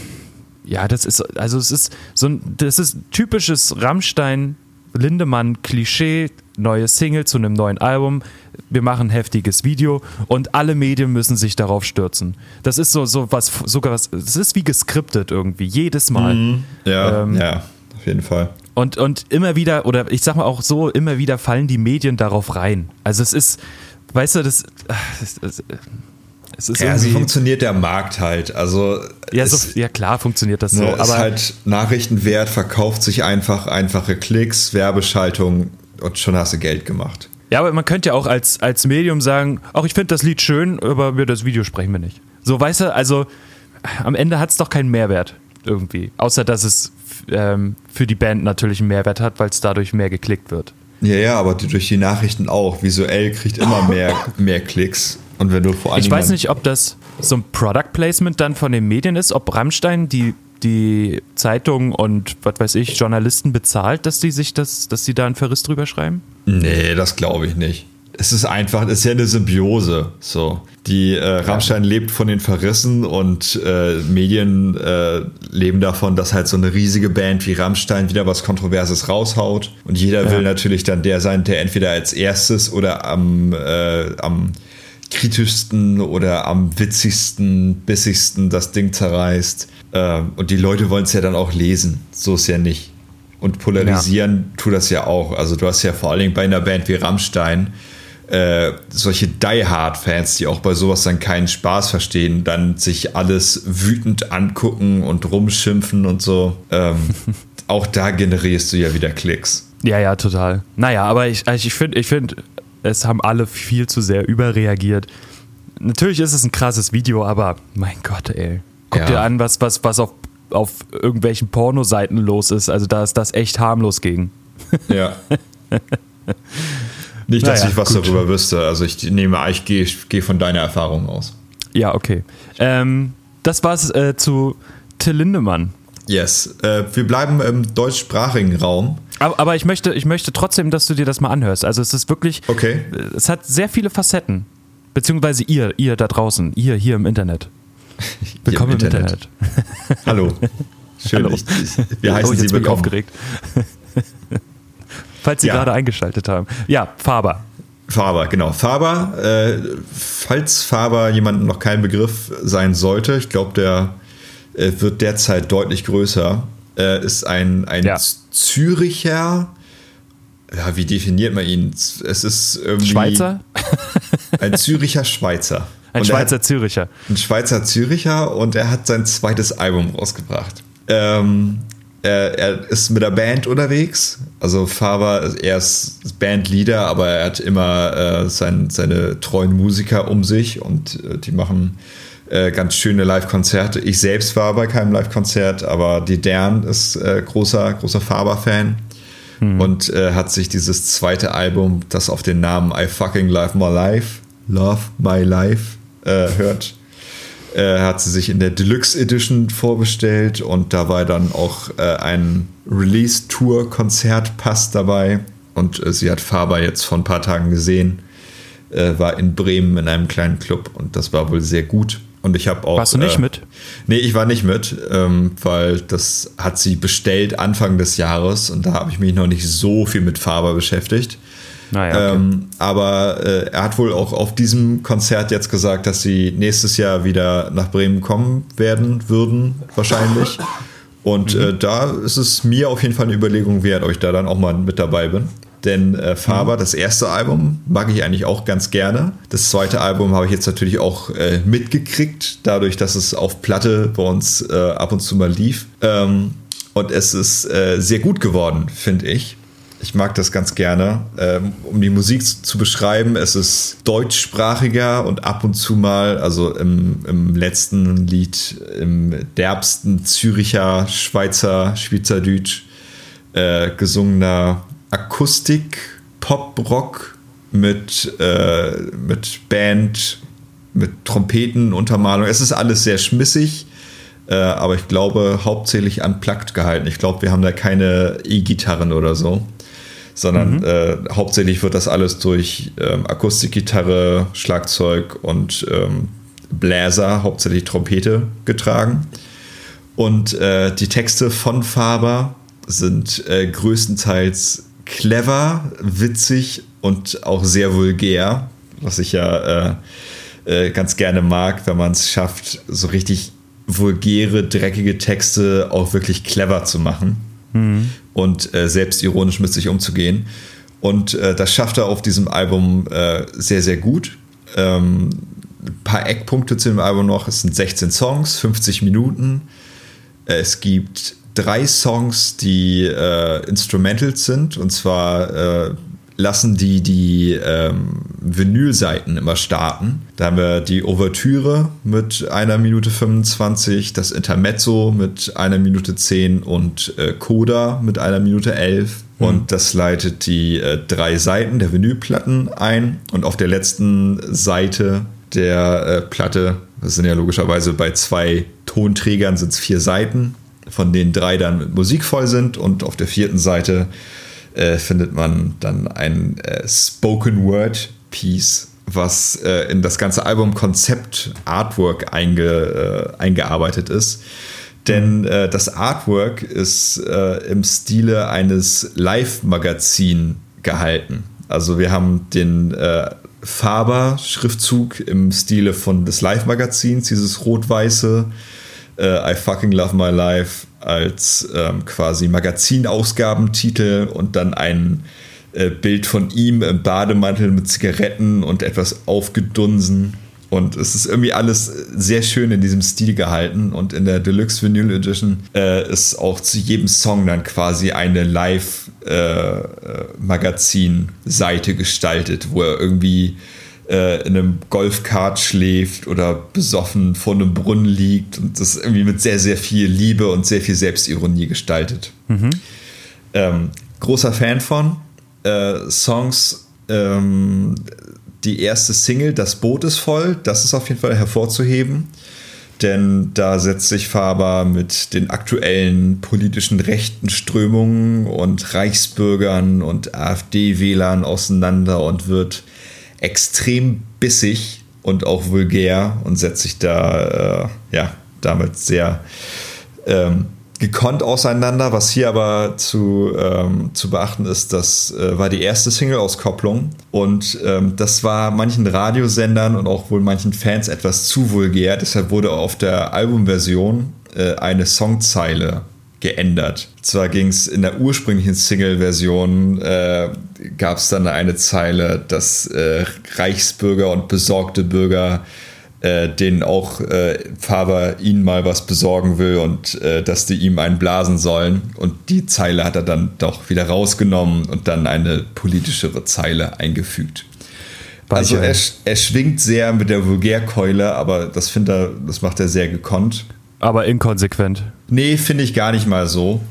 ja, das ist, also es ist so ein, das ist typisches Rammstein Lindemann-Klischee, neue Single zu einem neuen Album, wir machen ein heftiges Video und alle Medien müssen sich darauf stürzen. Das ist so, so was, sogar was, es ist wie geskriptet irgendwie, jedes Mal. Mhm. Ja, Ähm, ja, auf jeden Fall. Und, und immer wieder, oder ich sag mal auch so, immer wieder fallen die Medien darauf rein. Also es ist, weißt du, das, es, es, es ist Ja, so irgendwie... funktioniert der Markt halt. Also Ja, so, es, ja klar funktioniert das so, ne, ist aber halt Nachrichtenwert, verkauft sich einfach, einfache Klicks, Werbeschaltung und schon hast du Geld gemacht. ja, aber man könnte ja auch als, als Medium sagen, ach, ich finde das Lied schön, aber über das Video sprechen wir nicht. So, weißt du, also am Ende hat es doch keinen Mehrwert irgendwie, außer dass es ähm, für die Band natürlich einen Mehrwert hat, weil es dadurch mehr geklickt wird. Ja, ja, aber die, durch die Nachrichten auch. Visuell kriegt immer mehr, mehr Klicks. Und wenn du vor allem Ich weiß nicht, ob das so ein Product Placement dann von den Medien ist, ob Rammstein die, die Zeitung und was weiß ich, Journalisten bezahlt, dass die sich das, dass die da einen Verriss drüber schreiben? Nee, das glaube ich nicht. Es ist einfach, es ist ja eine Symbiose. So. Die äh, Rammstein lebt von den Verrissen und äh, Medien äh, leben davon, dass halt so eine riesige Band wie Rammstein wieder was Kontroverses raushaut. Und jeder Ja. will natürlich dann der sein, der entweder als erstes oder am, äh, am kritischsten oder am witzigsten, bissigsten das Ding zerreißt. Äh, und die Leute wollen es ja dann auch lesen. So ist ja nicht. Und polarisieren tut das ja auch. Also du hast ja vor allen Dingen bei einer Band wie Rammstein äh, solche Die-Hard-Fans, die auch bei sowas dann keinen Spaß verstehen, dann sich alles wütend angucken und rumschimpfen und so. Ähm, auch da generierst du ja wieder Klicks. Ja, ja, total. Naja, aber ich, also ich finde, ich find, es haben alle viel zu sehr überreagiert. Natürlich ist es ein krasses Video, aber mein Gott, ey. Guck Ja. dir an, was, was, was auf, auf irgendwelchen Pornoseiten los ist. Also da ist das echt harmlos gegen. Ja. Nicht, dass Naja, ich was gut. darüber wüsste. Also ich nehme, ich gehe ich gehe von deiner Erfahrung aus. Ja, okay. Ähm, das war's äh, zu Till Lindemann. Yes. Äh, wir bleiben im deutschsprachigen Raum. Aber, aber ich möchte, ich möchte trotzdem, dass du dir das mal anhörst. Also es ist wirklich, Okay. es hat sehr viele Facetten. Beziehungsweise ihr, ihr da draußen, ihr hier im Internet. Willkommen im Internet. Hallo. Schön, Hallo. Ich, ich, wir heißen oh, jetzt Sie bin ich willkommen. aufgeregt. Falls Sie Ja. gerade eingeschaltet haben. Ja, Faber. Faber, genau. Faber, äh, falls Faber jemandem noch kein Begriff sein sollte, ich glaube, der äh, wird derzeit deutlich größer, äh, ist ein, ein Ja. Züricher, ja, wie definiert man ihn? Es ist irgendwie Schweizer? ein Züricher Schweizer. Ein Schweizer hat, Züricher. Ein Schweizer Züricher und er hat sein zweites Album rausgebracht. Ähm, er, er ist mit der Band unterwegs. Also Faber, er ist Bandleader, aber er hat immer äh, sein, seine treuen Musiker um sich und äh, die machen äh, ganz schöne Live-Konzerte. Ich selbst war bei keinem Live-Konzert, aber die Dern ist äh, großer, großer Faber-Fan. Hm. Und äh, hat sich dieses zweite Album, das auf den Namen I Fucking Love My Life, Love My Life äh, hört, äh, hat sie sich in der Deluxe Edition vorbestellt und da war dann auch äh, ein Release-Tour-Konzertpass dabei und äh, sie hat Faber jetzt vor ein paar Tagen gesehen, äh, war in Bremen in einem kleinen Club und das war wohl sehr gut. Und ich habe auch. Warst du nicht äh, mit? Nee, ich war nicht mit, ähm, weil das hat sie bestellt Anfang des Jahres und da habe ich mich noch nicht so viel mit Faber beschäftigt. Naja, okay. ähm, aber äh, er hat wohl auch auf diesem Konzert jetzt gesagt, dass sie nächstes Jahr wieder nach Bremen kommen werden, würden, wahrscheinlich. Und mhm. äh, da ist es mir auf jeden Fall eine Überlegung wert, ob ich da dann auch mal mit dabei bin. Denn äh, Faber, das erste Album, mag ich eigentlich auch ganz gerne. Das zweite Album habe ich jetzt natürlich auch äh, mitgekriegt, dadurch, dass es auf Platte bei uns äh, ab und zu mal lief. Ähm, und es ist äh, sehr gut geworden, finde ich. Ich mag das ganz gerne. Ähm, um die Musik zu beschreiben, es ist deutschsprachiger und ab und zu mal, also im, im letzten Lied, im derbsten Züricher, Schweizer, Schweizerdeutsch äh, gesungener Akustik, Pop-Rock mit, äh, mit Band, mit Trompetenuntermalung. Es ist alles sehr schmissig, äh, aber ich glaube hauptsächlich unplugged gehalten. Ich glaube, wir haben da keine E-Gitarren oder so, sondern mhm. äh, hauptsächlich wird das alles durch ähm, Akustikgitarre, Schlagzeug und ähm, Bläser, hauptsächlich Trompete getragen. Und äh, die Texte von Faber sind äh, größtenteils clever, witzig und auch sehr vulgär, was ich ja äh, äh, ganz gerne mag, wenn man es schafft, so richtig vulgäre, dreckige Texte auch wirklich clever zu machen mhm. und äh, selbstironisch mit sich umzugehen. Und äh, das schafft er auf diesem Album äh, sehr, sehr gut. Ähm, ein paar Eckpunkte zu dem Album noch. Es sind sechzehn Songs, fünfzig Minuten. Äh, es gibt drei Songs, die äh, Instrumentals sind, und zwar äh, lassen die die ähm, Vinylseiten immer starten. Da haben wir die Ouvertüre mit einer Minute fünfundzwanzig, das Intermezzo mit einer Minute zehn und äh, Coda mit einer Minute elf. Mhm. Und das leitet die äh, drei Seiten der Vinylplatten ein. Und auf der letzten Seite der äh, Platte, das sind ja logischerweise bei zwei Tonträgern sind es vier Seiten, von denen drei dann mit Musik voll sind, und auf der vierten Seite äh, findet man dann ein äh, Spoken Word Piece, was äh, in das ganze Albumkonzept Artwork einge, äh, eingearbeitet ist. Denn äh, das Artwork ist äh, im Stile eines Live-Magazin gehalten. Also wir haben den äh, Faber-Schriftzug im Stile von des Live-Magazins, dieses rot-weiße I Fucking Love My Life als ähm, quasi Magazinausgabentitel und dann ein äh, Bild von ihm im Bademantel mit Zigaretten und etwas aufgedunsen. Und es ist irgendwie alles sehr schön in diesem Stil gehalten. Und in der Deluxe Vinyl Edition äh, ist auch zu jedem Song dann quasi eine Live-Magazin-Seite äh, gestaltet, wo er irgendwie in einem Golfkart schläft oder besoffen vor einem Brunnen liegt, und das ist irgendwie mit sehr, sehr viel Liebe und sehr viel Selbstironie gestaltet. Mhm. Ähm, großer Fan von äh, Songs, ähm, die erste Single, Das Boot ist voll, das ist auf jeden Fall hervorzuheben, denn da setzt sich Faber mit den aktuellen politischen rechten Strömungen und Reichsbürgern und AfD-Wählern auseinander und wird extrem bissig und auch vulgär und setzt sich da äh, ja, damit sehr ähm, gekonnt auseinander. Was hier aber zu, ähm, zu beachten ist, das äh, war die erste Single-Auskopplung, und ähm, das war manchen Radiosendern und auch wohl manchen Fans etwas zu vulgär. Deshalb wurde auf der Albumversion äh, eine Songzeile geändert. Zwar ging es in der ursprünglichen Single-Version, äh, gab es dann eine Zeile, dass äh, Reichsbürger und besorgte Bürger äh, denen auch äh, Faber ihnen mal was besorgen will und äh, dass die ihm einen blasen sollen. Und die Zeile hat er dann doch wieder rausgenommen und dann eine politischere Zeile eingefügt. Also er, er schwingt sehr mit der Vulgärkeule, aber das finde er, das macht er sehr gekonnt. Aber inkonsequent. Nee, finde ich gar nicht mal so.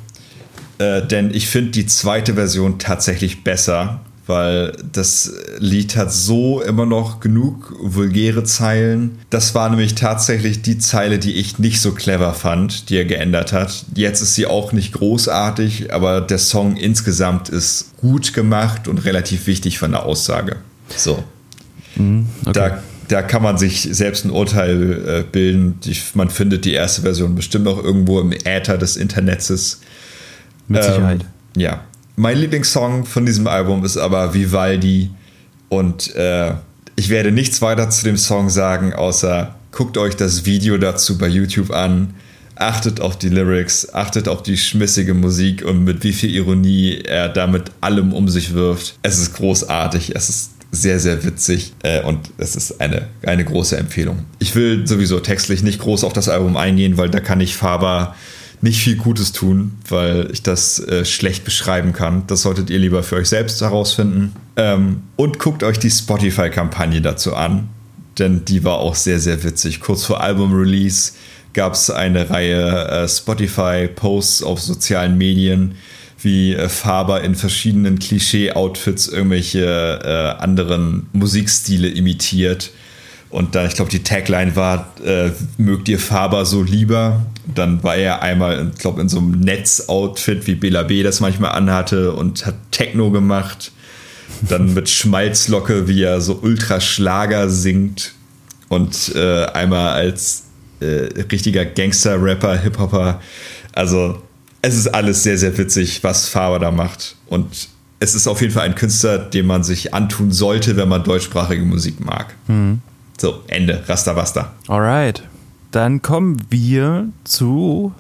Äh, denn ich finde die zweite Version tatsächlich besser, weil das Lied hat so immer noch genug vulgäre Zeilen. Das war nämlich tatsächlich die Zeile, die ich nicht so clever fand, die er geändert hat. Jetzt ist sie auch nicht großartig, aber der Song insgesamt ist gut gemacht und relativ wichtig von der Aussage. So. Mm, okay. Da, da kann man sich selbst ein Urteil äh, bilden. Die, man findet die erste Version bestimmt noch irgendwo im Äther des Internets. Mit Sicherheit. Ähm, ja. Mein Lieblingssong von diesem Album ist aber Vivaldi und äh, ich werde nichts weiter zu dem Song sagen, außer guckt euch das Video dazu bei YouTube an, achtet auf die Lyrics, achtet auf die schmissige Musik und mit wie viel Ironie er damit allem um sich wirft. Es ist großartig, es ist sehr, sehr witzig äh, und es ist eine, eine große Empfehlung. Ich will sowieso textlich nicht groß auf das Album eingehen, weil da kann ich Faber nicht viel Gutes tun, weil ich das äh, schlecht beschreiben kann. Das solltet ihr lieber für euch selbst herausfinden. Ähm, und guckt euch die Spotify-Kampagne dazu an, denn die war auch sehr, sehr witzig. Kurz vor Album-Release gab es eine Reihe äh, Spotify-Posts auf sozialen Medien, wie äh, Faber in verschiedenen Klischee-Outfits irgendwelche äh, anderen Musikstile imitiert. Und dann, ich glaube, die Tagline war, äh, mögt ihr Faber so lieber? Dann war er einmal, ich glaube, in so einem Netz-Outfit, wie Bela B. das manchmal anhatte und hat Techno gemacht. Dann mit Schmalzlocke, wie er so Ultraschlager singt. Und äh, einmal als äh, richtiger Gangster-Rapper, Hip-Hopper. Also es ist alles sehr, sehr witzig, was Faber da macht. Und es ist auf jeden Fall ein Künstler, den man sich antun sollte, wenn man deutschsprachige Musik mag. Mhm. So, Ende. Rasta basta. Alright. Dann kommen wir zu,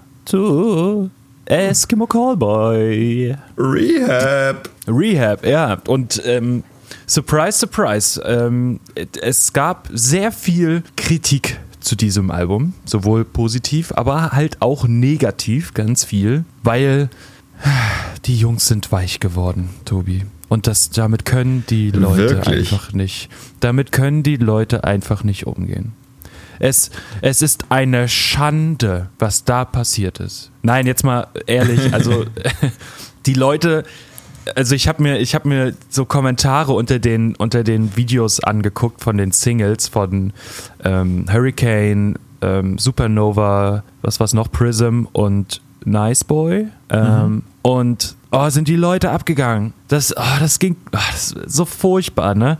zu Eskimo Callboy. Rehab. Rehab, ja. Und ähm, surprise, surprise. Ähm, es gab sehr viel Kritik zu diesem Album. Sowohl positiv, aber halt auch negativ, ganz viel. Weil die Jungs sind weich geworden, Tobi. Und das, damit können die Leute Wirklich? einfach nicht. Damit können die Leute einfach nicht umgehen. Es, es ist eine Schande, was da passiert ist. Nein, jetzt mal ehrlich, also die Leute, also ich habe mir, ich habe mir so Kommentare unter den, unter den Videos angeguckt von den Singles von ähm, Hurricane, ähm, Supernova, was war's noch, Prism und Nice Boy. Ähm, mhm. Und oh, sind die Leute abgegangen. Das, oh, das ging oh, das ist so furchtbar, ne?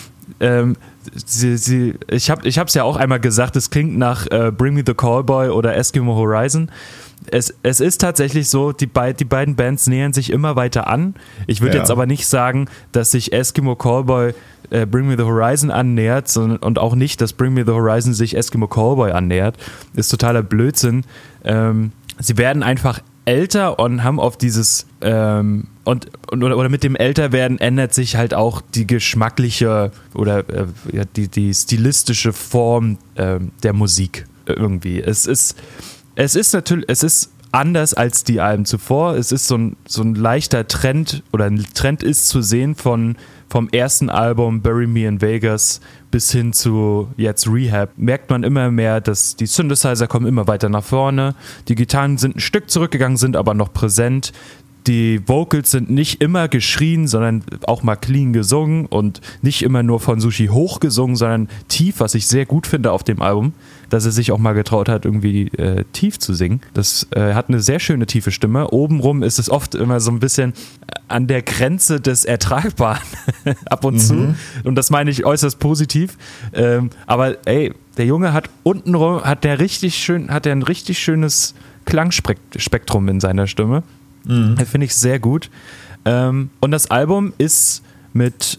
Ähm, sie, sie, ich habe ich hab's ja auch einmal gesagt, es klingt nach äh, Bring Me the Callboy oder Eskimo Horizon. Es, es ist tatsächlich so, die, beid, die beiden Bands nähern sich immer weiter an. Ich würde ja. jetzt aber nicht sagen, dass sich Eskimo Callboy äh, Bring Me the Horizon annähert, sondern, und auch nicht, dass Bring Me the Horizon sich Eskimo Callboy annähert. Ist totaler Blödsinn. Ähm, sie werden einfach älter und haben auf dieses ähm, und, und oder, oder mit dem Älterwerden ändert sich halt auch die geschmackliche oder äh, ja, die, die stilistische Form äh, der Musik irgendwie. Es ist es ist natürlich es ist anders als die Alben zuvor. Es ist so ein so ein leichter Trend oder ein Trend ist zu sehen von vom ersten Album Bury Me in Vegas bis hin zu jetzt Rehab, merkt man immer mehr, dass die Synthesizer kommen immer weiter nach vorne, die Gitarren sind ein Stück zurückgegangen, sind aber noch präsent, die Vocals sind nicht immer geschrien, sondern auch mal clean gesungen und nicht immer nur von Sushi hoch gesungen, sondern tief, was ich sehr gut finde auf dem Album, dass er sich auch mal getraut hat, irgendwie äh, tief zu singen. Das äh, hat eine sehr schöne tiefe Stimme. Obenrum ist es oft immer so ein bisschen an der Grenze des Ertragbaren ab und mhm. zu. Und das meine ich äußerst positiv. Ähm, aber ey, der Junge hat untenrum, hat der richtig schön, hat der ein richtig schönes Klangspektrum in seiner Stimme. Mhm. Finde ich sehr gut. Ähm, und das Album ist mit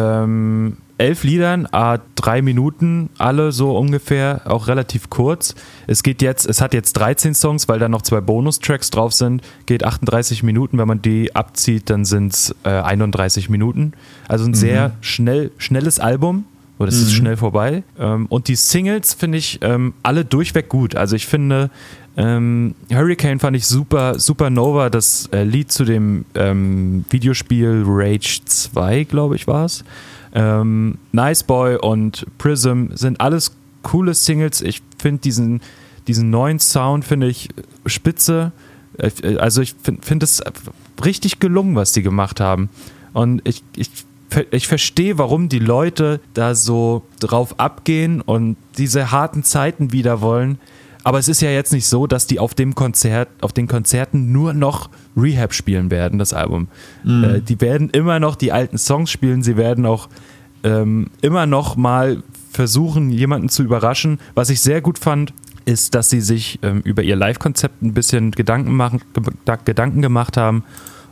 ähm, elf Liedern, ah, drei Minuten, alle so ungefähr, auch relativ kurz. Es geht jetzt, es hat jetzt dreizehn Songs, weil da noch zwei Bonustracks drauf sind, geht achtunddreißig Minuten. Wenn man die abzieht, dann sind es äh, einunddreißig Minuten. Also ein mhm. sehr schnell, schnelles Album, aber das mhm. ist schnell vorbei. Ähm, und die Singles finde ich ähm, alle durchweg gut. Also ich finde, ähm, Hurricane fand ich super, Supernova, das äh, Lied zu dem ähm, Videospiel Rage zwei, glaube ich, war es. Ähm, Nice Boy und Prism sind alles coole Singles. Ich finde diesen, diesen neuen Sound, finde ich spitze. Also ich finde find es richtig gelungen, was die gemacht haben. Und ich, ich, ich verstehe, warum die Leute da so drauf abgehen und diese harten Zeiten wieder wollen. Aber es ist ja jetzt nicht so, dass die auf dem Konzert, auf den Konzerten nur noch Rehab spielen werden, das Album. Mhm. Äh, die werden immer noch die alten Songs spielen, sie werden auch ähm, immer noch mal versuchen, jemanden zu überraschen. Was ich sehr gut fand, ist, dass sie sich ähm, über ihr Live-Konzept ein bisschen Gedanken, machen, ge- Gedanken gemacht haben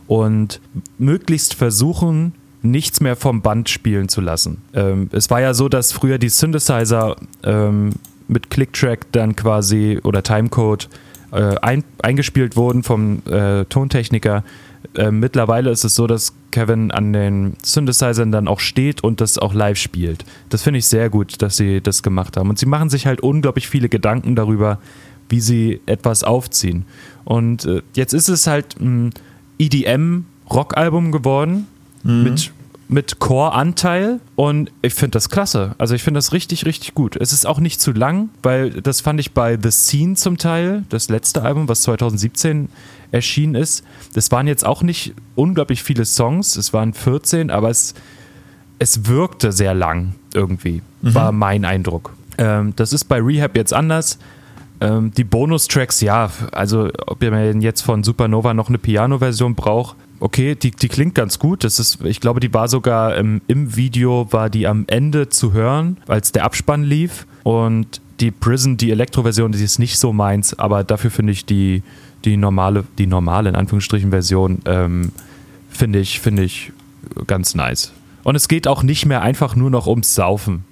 und möglichst versuchen, nichts mehr vom Band spielen zu lassen. Ähm, es war ja so, dass früher die Synthesizer ähm, mit Clicktrack dann quasi oder Timecode äh, ein, eingespielt wurden vom äh, Tontechniker. Äh, mittlerweile ist es so, dass Kevin an den Synthesizern dann auch steht und das auch live spielt. Das finde ich sehr gut, dass sie das gemacht haben. Und sie machen sich halt unglaublich viele Gedanken darüber, wie sie etwas aufziehen. Und äh, jetzt ist es halt ein E D M-Rock-Album geworden, mhm. mit, mit Core-Anteil, und ich finde das klasse. Also ich finde das richtig, richtig gut. Es ist auch nicht zu lang, weil das fand ich bei The Scene zum Teil, das letzte Album, was zwanzig siebzehn erschienen ist. Das waren jetzt auch nicht unglaublich viele Songs, es waren vierzehn, aber es, es wirkte sehr lang irgendwie, mhm. war mein Eindruck. Ähm, das ist bei Rehab jetzt anders. Ähm, die Bonustracks, ja, also ob ihr jetzt von Supernova noch eine Piano-Version braucht, okay, die, die klingt ganz gut. Das ist, ich glaube, die war sogar im, im Video, war die am Ende zu hören, als der Abspann lief. Und die Prison, die Elektro-Version, die ist nicht so meins, aber dafür finde ich die Die normale, die normale, in Anführungsstrichen, Version ähm, finde ich, finde ich ganz nice. Und es geht auch nicht mehr einfach nur noch ums Saufen.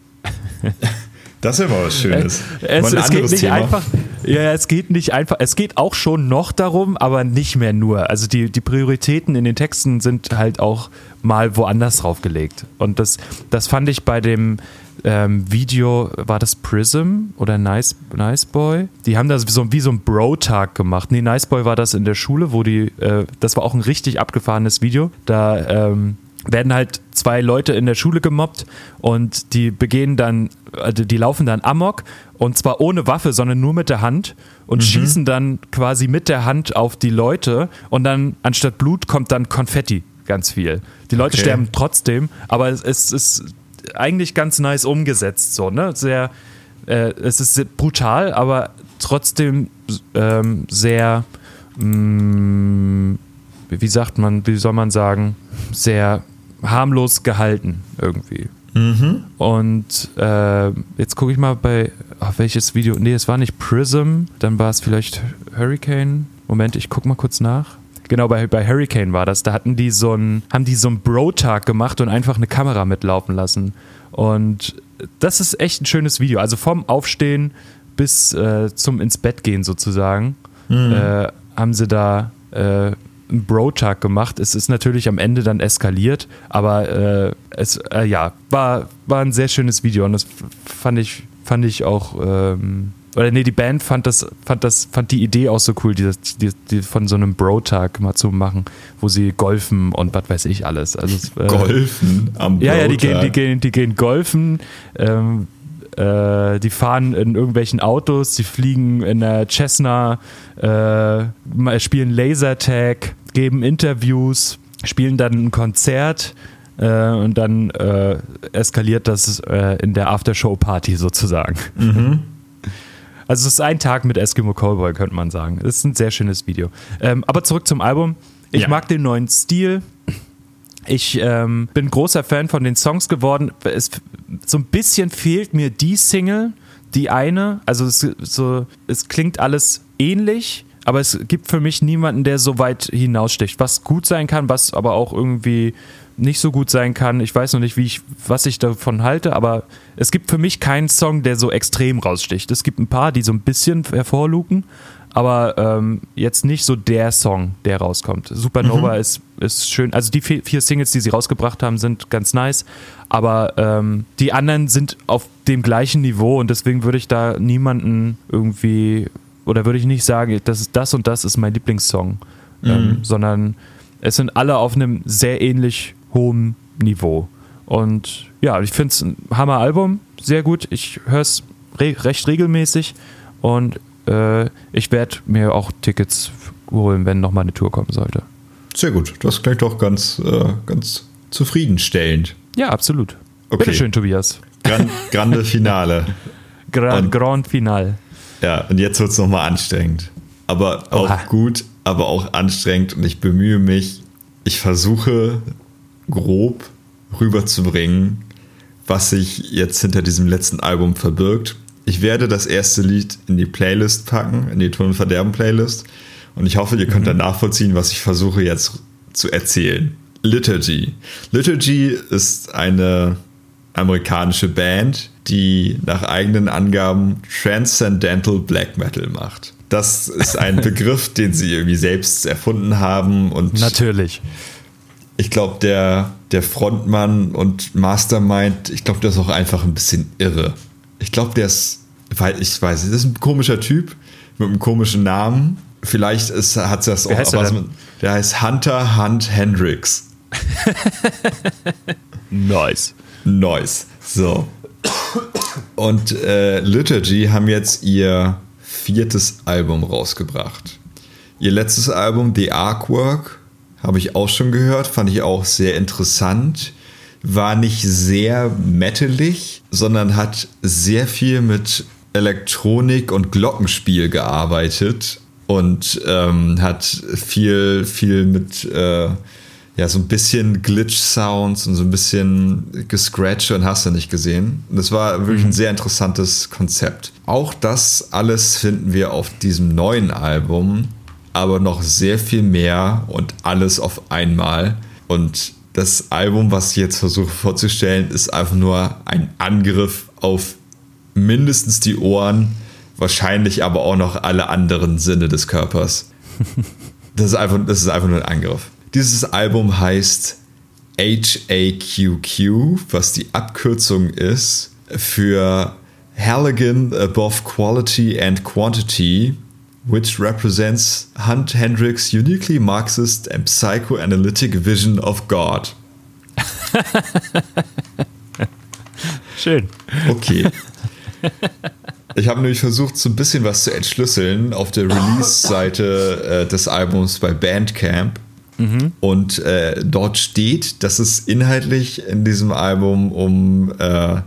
Das ist immer was Schönes. Es, es geht nicht Thema. einfach, ja, es geht nicht einfach, es geht auch schon noch darum, aber nicht mehr nur. Also die, die Prioritäten in den Texten sind halt auch mal woanders draufgelegt. Und das, das fand ich bei dem Ähm, Video, war das Prism oder Nice, Nice Boy? Die haben das so, wie so ein Bro-Tag gemacht. Nee, Nice Boy war das in der Schule, wo die, äh, das war auch ein richtig abgefahrenes Video. Da ähm, werden halt zwei Leute in der Schule gemobbt und die begehen dann, also die laufen dann Amok, und zwar ohne Waffe, sondern nur mit der Hand und mhm. schießen dann quasi mit der Hand auf die Leute, und dann anstatt Blut kommt dann Konfetti, ganz viel. Die Leute okay. sterben trotzdem, aber es, es ist eigentlich ganz nice umgesetzt, so, ne? Sehr, äh, es ist brutal, aber trotzdem ähm, sehr, mh, wie sagt man, wie soll man sagen, sehr harmlos gehalten irgendwie. Mhm. Und äh, jetzt gucke ich mal bei, ach, welches Video, nee, es war nicht Prism, dann war es vielleicht Hurricane. Moment, ich gucke mal kurz nach. Genau, bei, bei Hurricane war das. Da hatten die so einen, haben die so einen Bro-Tag gemacht und einfach eine Kamera mitlaufen lassen. Und das ist echt ein schönes Video. Also vom Aufstehen bis äh, zum ins Bett gehen sozusagen, mhm. äh, haben sie da äh, einen Bro-Tag gemacht. Es ist natürlich am Ende dann eskaliert, aber äh, es äh, ja, war, war ein sehr schönes Video, und das fand ich, fand ich auch ähm, oder nee, die Band fand das, fand das, fand die Idee auch so cool, die, die, die von so einem Bro-Tag mal zu machen, wo sie golfen und was weiß ich alles. Also es, äh, golfen am Bro-Tag? Ja, ja, die gehen, die gehen, die gehen golfen, ähm, äh, die fahren in irgendwelchen Autos, die fliegen in der Cessna, äh, spielen Lasertag, geben Interviews, spielen dann ein Konzert, äh, und dann äh, eskaliert das äh, in der Aftershow-Party sozusagen. Mhm. Also es ist ein Tag mit Eskimo Callboy, könnte man sagen. Es ist ein sehr schönes Video. Ähm, aber zurück zum Album. Ich ja. mag den neuen Stil. Ich ähm, bin großer Fan von den Songs geworden. Es, so ein bisschen fehlt mir die Single, die eine. Also es, so, es klingt alles ähnlich, aber es gibt für mich niemanden, der so weit hinaussticht. Was gut sein kann, was aber auch irgendwie nicht so gut sein kann. Ich weiß noch nicht, wie ich, was ich davon halte, aber es gibt für mich keinen Song, der so extrem raussticht. Es gibt ein paar, die so ein bisschen hervorluken, aber ähm, jetzt nicht so der Song, der rauskommt. Supernova Mhm. ist, ist schön, also die vier, vier Singles, die sie rausgebracht haben, sind ganz nice, aber ähm, die anderen sind auf dem gleichen Niveau und deswegen würde ich da niemanden irgendwie, oder würde ich nicht sagen, das ist das und das ist mein Lieblingssong, Mhm. ähm, sondern es sind alle auf einem sehr ähnlich hohen Niveau. Und ja, ich finde es ein Hammer-Album, sehr gut. Ich höre es re- recht regelmäßig und äh, ich werde mir auch Tickets holen, wenn nochmal eine Tour kommen sollte. Sehr gut, das klingt doch ganz, äh, ganz zufriedenstellend. Ja, absolut. Okay. Bitteschön, Tobias. Gran, grande Finale. Gra- Und- Grand Final. Ja, und jetzt wird es nochmal anstrengend. Aber auch Oha. gut, aber auch anstrengend und ich bemühe mich, ich versuche grob rüberzubringen, was sich jetzt hinter diesem letzten Album verbirgt. Ich werde das erste Lied in die Playlist packen, in die Ton- und Verderben-Playlist und ich hoffe, ihr könnt dann nachvollziehen, was ich versuche jetzt zu erzählen. Liturgy. Liturgy ist eine amerikanische Band, die nach eigenen Angaben Transcendental Black Metal macht. Das ist ein Begriff, den sie irgendwie selbst erfunden haben und Natürlich. ich glaube, der, der Frontmann und Mastermind, ich glaube, der ist auch einfach ein bisschen irre. Ich glaube, der ist, weil ich weiß, das ist ein komischer Typ mit einem komischen Namen. Vielleicht ist, hat das auch Wer heißt der was denn? mit, der heißt Hunter Hunt Hendricks. Nice. Nice. So. Und äh, Liturgy haben jetzt ihr viertes Album rausgebracht. Ihr letztes Album, The Artwork, habe ich auch schon gehört, fand ich auch sehr interessant. War nicht sehr metalig, sondern hat sehr viel mit Elektronik und Glockenspiel gearbeitet und ähm, hat viel, viel mit äh, ja, so ein bisschen Glitch-Sounds und so ein bisschen Gescratch und hast du nicht gesehen. Und das war wirklich ein sehr interessantes Konzept. Auch das alles finden wir auf diesem neuen Album, aber noch sehr viel mehr und alles auf einmal. Und das Album, was ich jetzt versuche vorzustellen, ist einfach nur ein Angriff auf mindestens die Ohren, wahrscheinlich aber auch noch alle anderen Sinne des Körpers. Das ist einfach, das ist einfach nur ein Angriff. Dieses Album heißt H A Q Q, was die Abkürzung ist für Halligan Above Quality and Quantity, which represents Hunt Hendricks' uniquely Marxist and psychoanalytic vision of God. Schön. Okay. Ich habe nämlich versucht, so ein bisschen was zu entschlüsseln auf der Release-Seite äh, des Albums bei Bandcamp. Mhm. Und äh, dort steht, dass es inhaltlich in diesem Album um äh,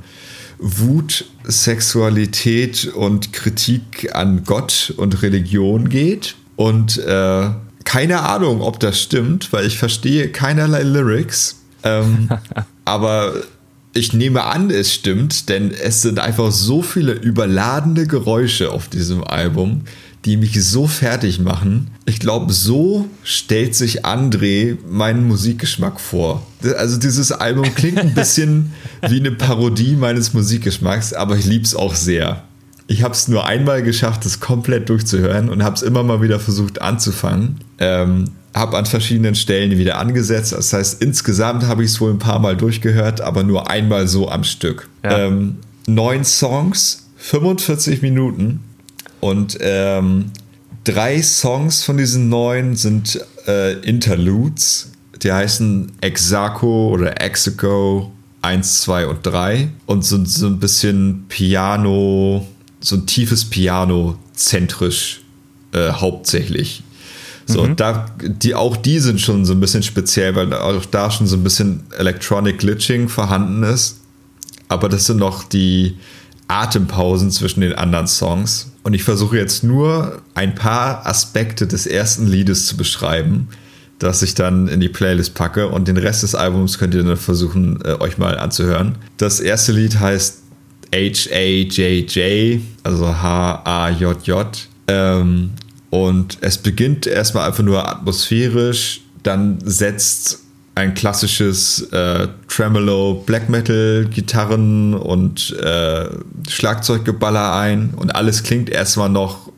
Wut, Sexualität und Kritik an Gott und Religion geht. Und äh, keine Ahnung, ob das stimmt, weil ich verstehe keinerlei Lyrics. Ähm, aber ich nehme an, es stimmt, denn es sind einfach so viele überladene Geräusche auf diesem Album, die mich so fertig machen. Ich glaube, so stellt sich André meinen Musikgeschmack vor. Also dieses Album klingt ein bisschen wie eine Parodie meines Musikgeschmacks, aber ich liebe es auch sehr. Ich habe es nur einmal geschafft, es komplett durchzuhören und habe es immer mal wieder versucht anzufangen. Ähm, habe an verschiedenen Stellen wieder angesetzt. Das heißt, insgesamt habe ich es wohl ein paar Mal durchgehört, aber nur einmal so am Stück. Ja. Ähm, neun Songs, fünfundvierzig Minuten. Und ähm, drei Songs von diesen neun sind äh, Interludes. Die heißen Exaco oder Exico eins, zwei und drei. Und sind so ein bisschen Piano, so ein tiefes Piano zentrisch äh, hauptsächlich. So, mhm. da, die, auch die sind schon so ein bisschen speziell, weil auch da schon so ein bisschen Electronic Glitching vorhanden ist. Aber das sind noch die Atempausen zwischen den anderen Songs. Und ich versuche jetzt nur ein paar Aspekte des ersten Liedes zu beschreiben, das ich dann in die Playlist packe. Und den Rest des Albums könnt ihr dann versuchen, äh, euch mal anzuhören. Das erste Lied heißt H A J J, also H A J J. Ähm, und es beginnt erstmal einfach nur atmosphärisch, dann setzt ein klassisches äh, Tremolo Black Metal Gitarren und äh, Schlagzeuggeballer ein und alles klingt erstmal noch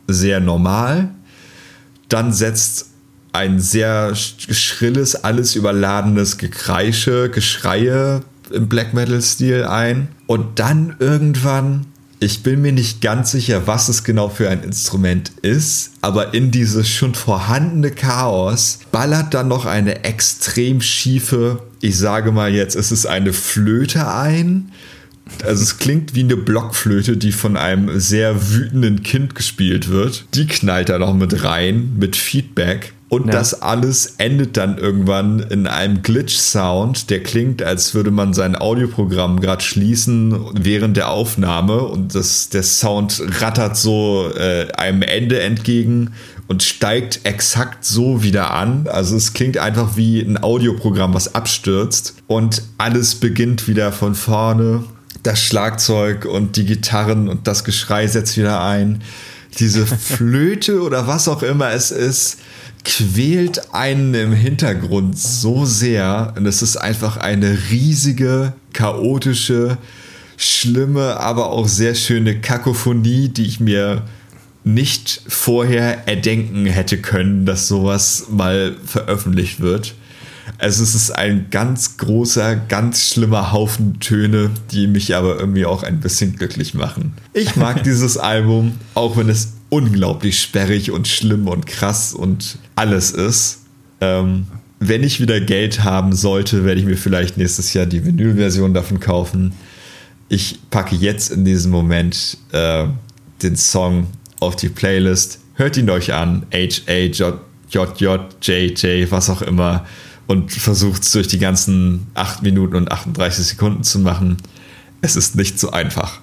sehr normal. Dann setzt ein sehr schrilles, alles überladenes Gekreische, Geschreie im Black Metal-Stil ein. Und dann irgendwann, ich bin mir nicht ganz sicher, was es genau für ein Instrument ist, aber in dieses schon vorhandene Chaos ballert dann noch eine extrem schiefe, ich sage mal jetzt, es ist eine Flöte ein. Also es klingt wie eine Blockflöte, die von einem sehr wütenden Kind gespielt wird. Die knallt da noch mit rein, mit Feedback. Und ja. das alles endet dann irgendwann in einem Glitch-Sound, der klingt, als würde man sein Audioprogramm gerade schließen während der Aufnahme. Und das, der Sound rattert so äh, einem Ende entgegen und steigt exakt so wieder an. Also es klingt einfach wie ein Audioprogramm, was abstürzt. Und alles beginnt wieder von vorne. Das Schlagzeug und die Gitarren und das Geschrei setzt wieder ein. Diese Flöte oder was auch immer es ist, quält einen im Hintergrund so sehr. Und es ist einfach eine riesige, chaotische, schlimme, aber auch sehr schöne Kakophonie, die ich mir nicht vorher erdenken hätte können, dass sowas mal veröffentlicht wird. Also es ist ein ganz großer, ganz schlimmer Haufen Töne, die mich aber irgendwie auch ein bisschen glücklich machen. Ich mag dieses Album, auch wenn es unglaublich sperrig und schlimm und krass und alles ist. Ähm, wenn ich wieder Geld haben sollte, werde ich mir vielleicht nächstes Jahr die Vinyl-Version davon kaufen. Ich packe jetzt in diesem Moment äh, den Song auf die Playlist. Hört ihn euch an. H A J J J J, was auch immer. Und versucht es durch die ganzen acht Minuten und achtunddreißig Sekunden zu machen. Es ist nicht so einfach.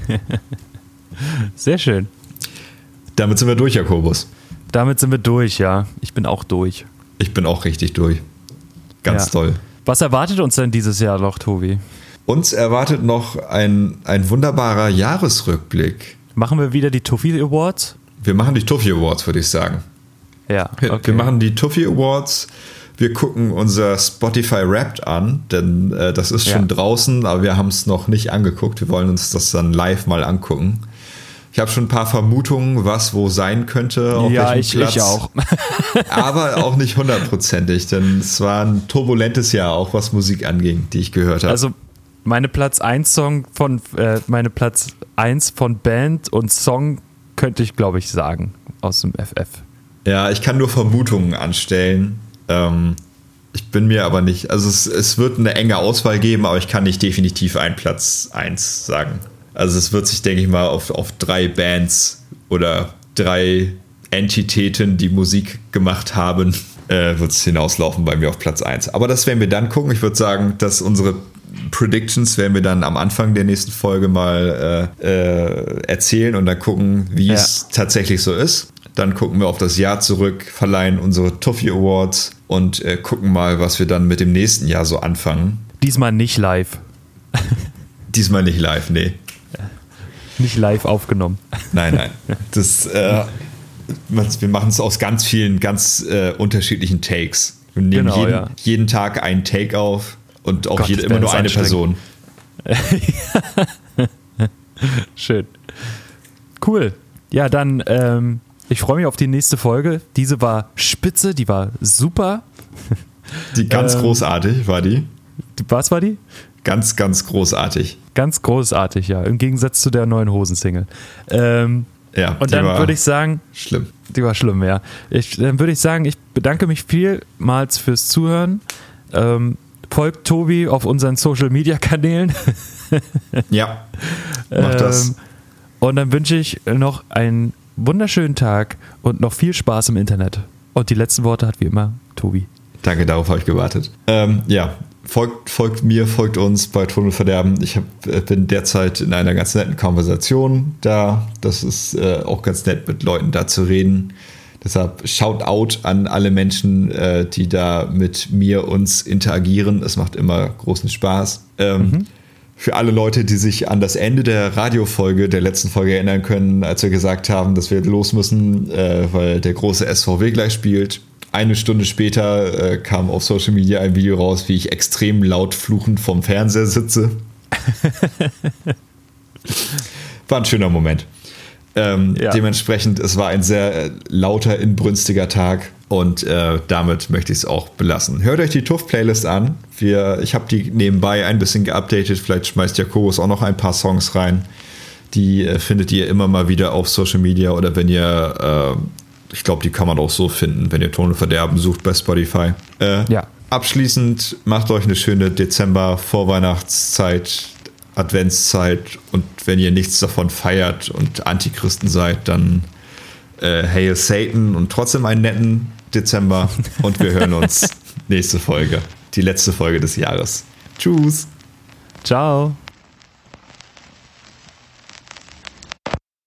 Sehr schön. Damit sind wir durch, Jakobus. Damit sind wir durch, ja. Ich bin auch durch. Ich bin auch richtig durch. Ganz ja. toll. Was erwartet uns denn dieses Jahr noch, Tobi? Uns erwartet noch ein, ein wunderbarer Jahresrückblick. Machen wir wieder die Tuffy Awards? Wir machen die Tuffy Awards, würde ich sagen. Ja, okay. Wir machen die Tuffy Awards. Wir gucken unser Spotify Wrapped an, denn äh, das ist schon ja. draußen, aber wir haben es noch nicht angeguckt. Wir wollen uns das dann live mal angucken. Ich habe schon ein paar Vermutungen, was wo sein könnte. Auf ja, welchem ich, Platz. ich auch. Aber auch nicht hundertprozentig, denn es war ein turbulentes Jahr, auch was Musik anging, die ich gehört habe. Also meine Platz eins Song von äh, meine Platz eins von Band und Song könnte ich, glaube ich, sagen aus dem F F. Ja, ich kann nur Vermutungen anstellen. Ähm, ich bin mir aber nicht, also es, es wird eine enge Auswahl geben, aber ich kann nicht definitiv einen Platz eins sagen. Also es wird sich, denke ich mal, auf, auf drei Bands oder drei Entitäten, die Musik gemacht haben, äh, wird es hinauslaufen bei mir auf Platz eins. Aber das werden wir dann gucken. Ich würde sagen, dass unsere Predictions werden wir dann am Anfang der nächsten Folge mal äh, äh, erzählen und dann gucken, wie ja. es tatsächlich so ist. Dann gucken wir auf das Jahr zurück, verleihen unsere Tuffy Awards und äh, gucken mal, was wir dann mit dem nächsten Jahr so anfangen. Diesmal nicht live. Diesmal nicht live, nee. Nicht live aufgenommen. Nein, nein. Das, äh, wir machen es aus ganz vielen, ganz äh, unterschiedlichen Takes. Wir nehmen genau, jeden, ja. jeden Tag einen Take auf und auch Gott, jede, immer nur eine Person. Schön. Cool. Ja, dann, ähm, ich freue mich auf die nächste Folge. Diese war spitze, die war super. Die ganz ähm, großartig war die. Was war die? Ganz, ganz großartig. Ganz großartig, ja. Im Gegensatz zu der neuen Hosensingle. Ähm, ja, und dann würde ich sagen... Schlimm. Die war schlimm, ja. Ich, dann würde ich sagen, ich bedanke mich vielmals fürs Zuhören. Ähm, folgt Tobi auf unseren Social-Media-Kanälen. Ja, mach das. Ähm, und dann wünsche ich noch einen wunderschönen Tag und noch viel Spaß im Internet. Und die letzten Worte hat wie immer Tobi. Danke, darauf habe ich gewartet. Ähm, ja, folgt, folgt mir, folgt uns bei Ton und Verderben. Ich hab, bin derzeit in einer ganz netten Konversation da. Das ist äh, auch ganz nett, mit Leuten da zu reden. Deshalb Shoutout an alle Menschen, äh, die da mit mir, uns interagieren. Es macht immer großen Spaß. Ähm, mhm. Für alle Leute, die sich an das Ende der Radiofolge, der letzten Folge erinnern können, als wir gesagt haben, dass wir los müssen, äh, weil der große S V W gleich spielt. Eine Stunde später äh, kam auf Social Media ein Video raus, wie ich extrem laut fluchend vorm Fernseher sitze. War ein schöner Moment. Ähm, Ja. Dementsprechend, es war ein sehr äh, lauter, inbrünstiger Tag und äh, damit möchte ich es auch belassen. Hört euch die Tuff-Playlist an. Wir, ich habe die nebenbei ein bisschen geupdatet. Vielleicht schmeißt Jakobus auch noch ein paar Songs rein. Die äh, findet ihr immer mal wieder auf Social Media oder wenn ihr, äh, ich glaube, die kann man auch so finden, wenn ihr Ton und Verderben sucht bei Spotify. Äh, Ja. Abschließend macht euch eine schöne Dezember-Vorweihnachtszeit, Adventszeit und wenn ihr nichts davon feiert und Antichristen seid, dann äh, Hail Satan und trotzdem einen netten Dezember und wir hören uns nächste Folge, die letzte Folge des Jahres. Tschüss. Ciao.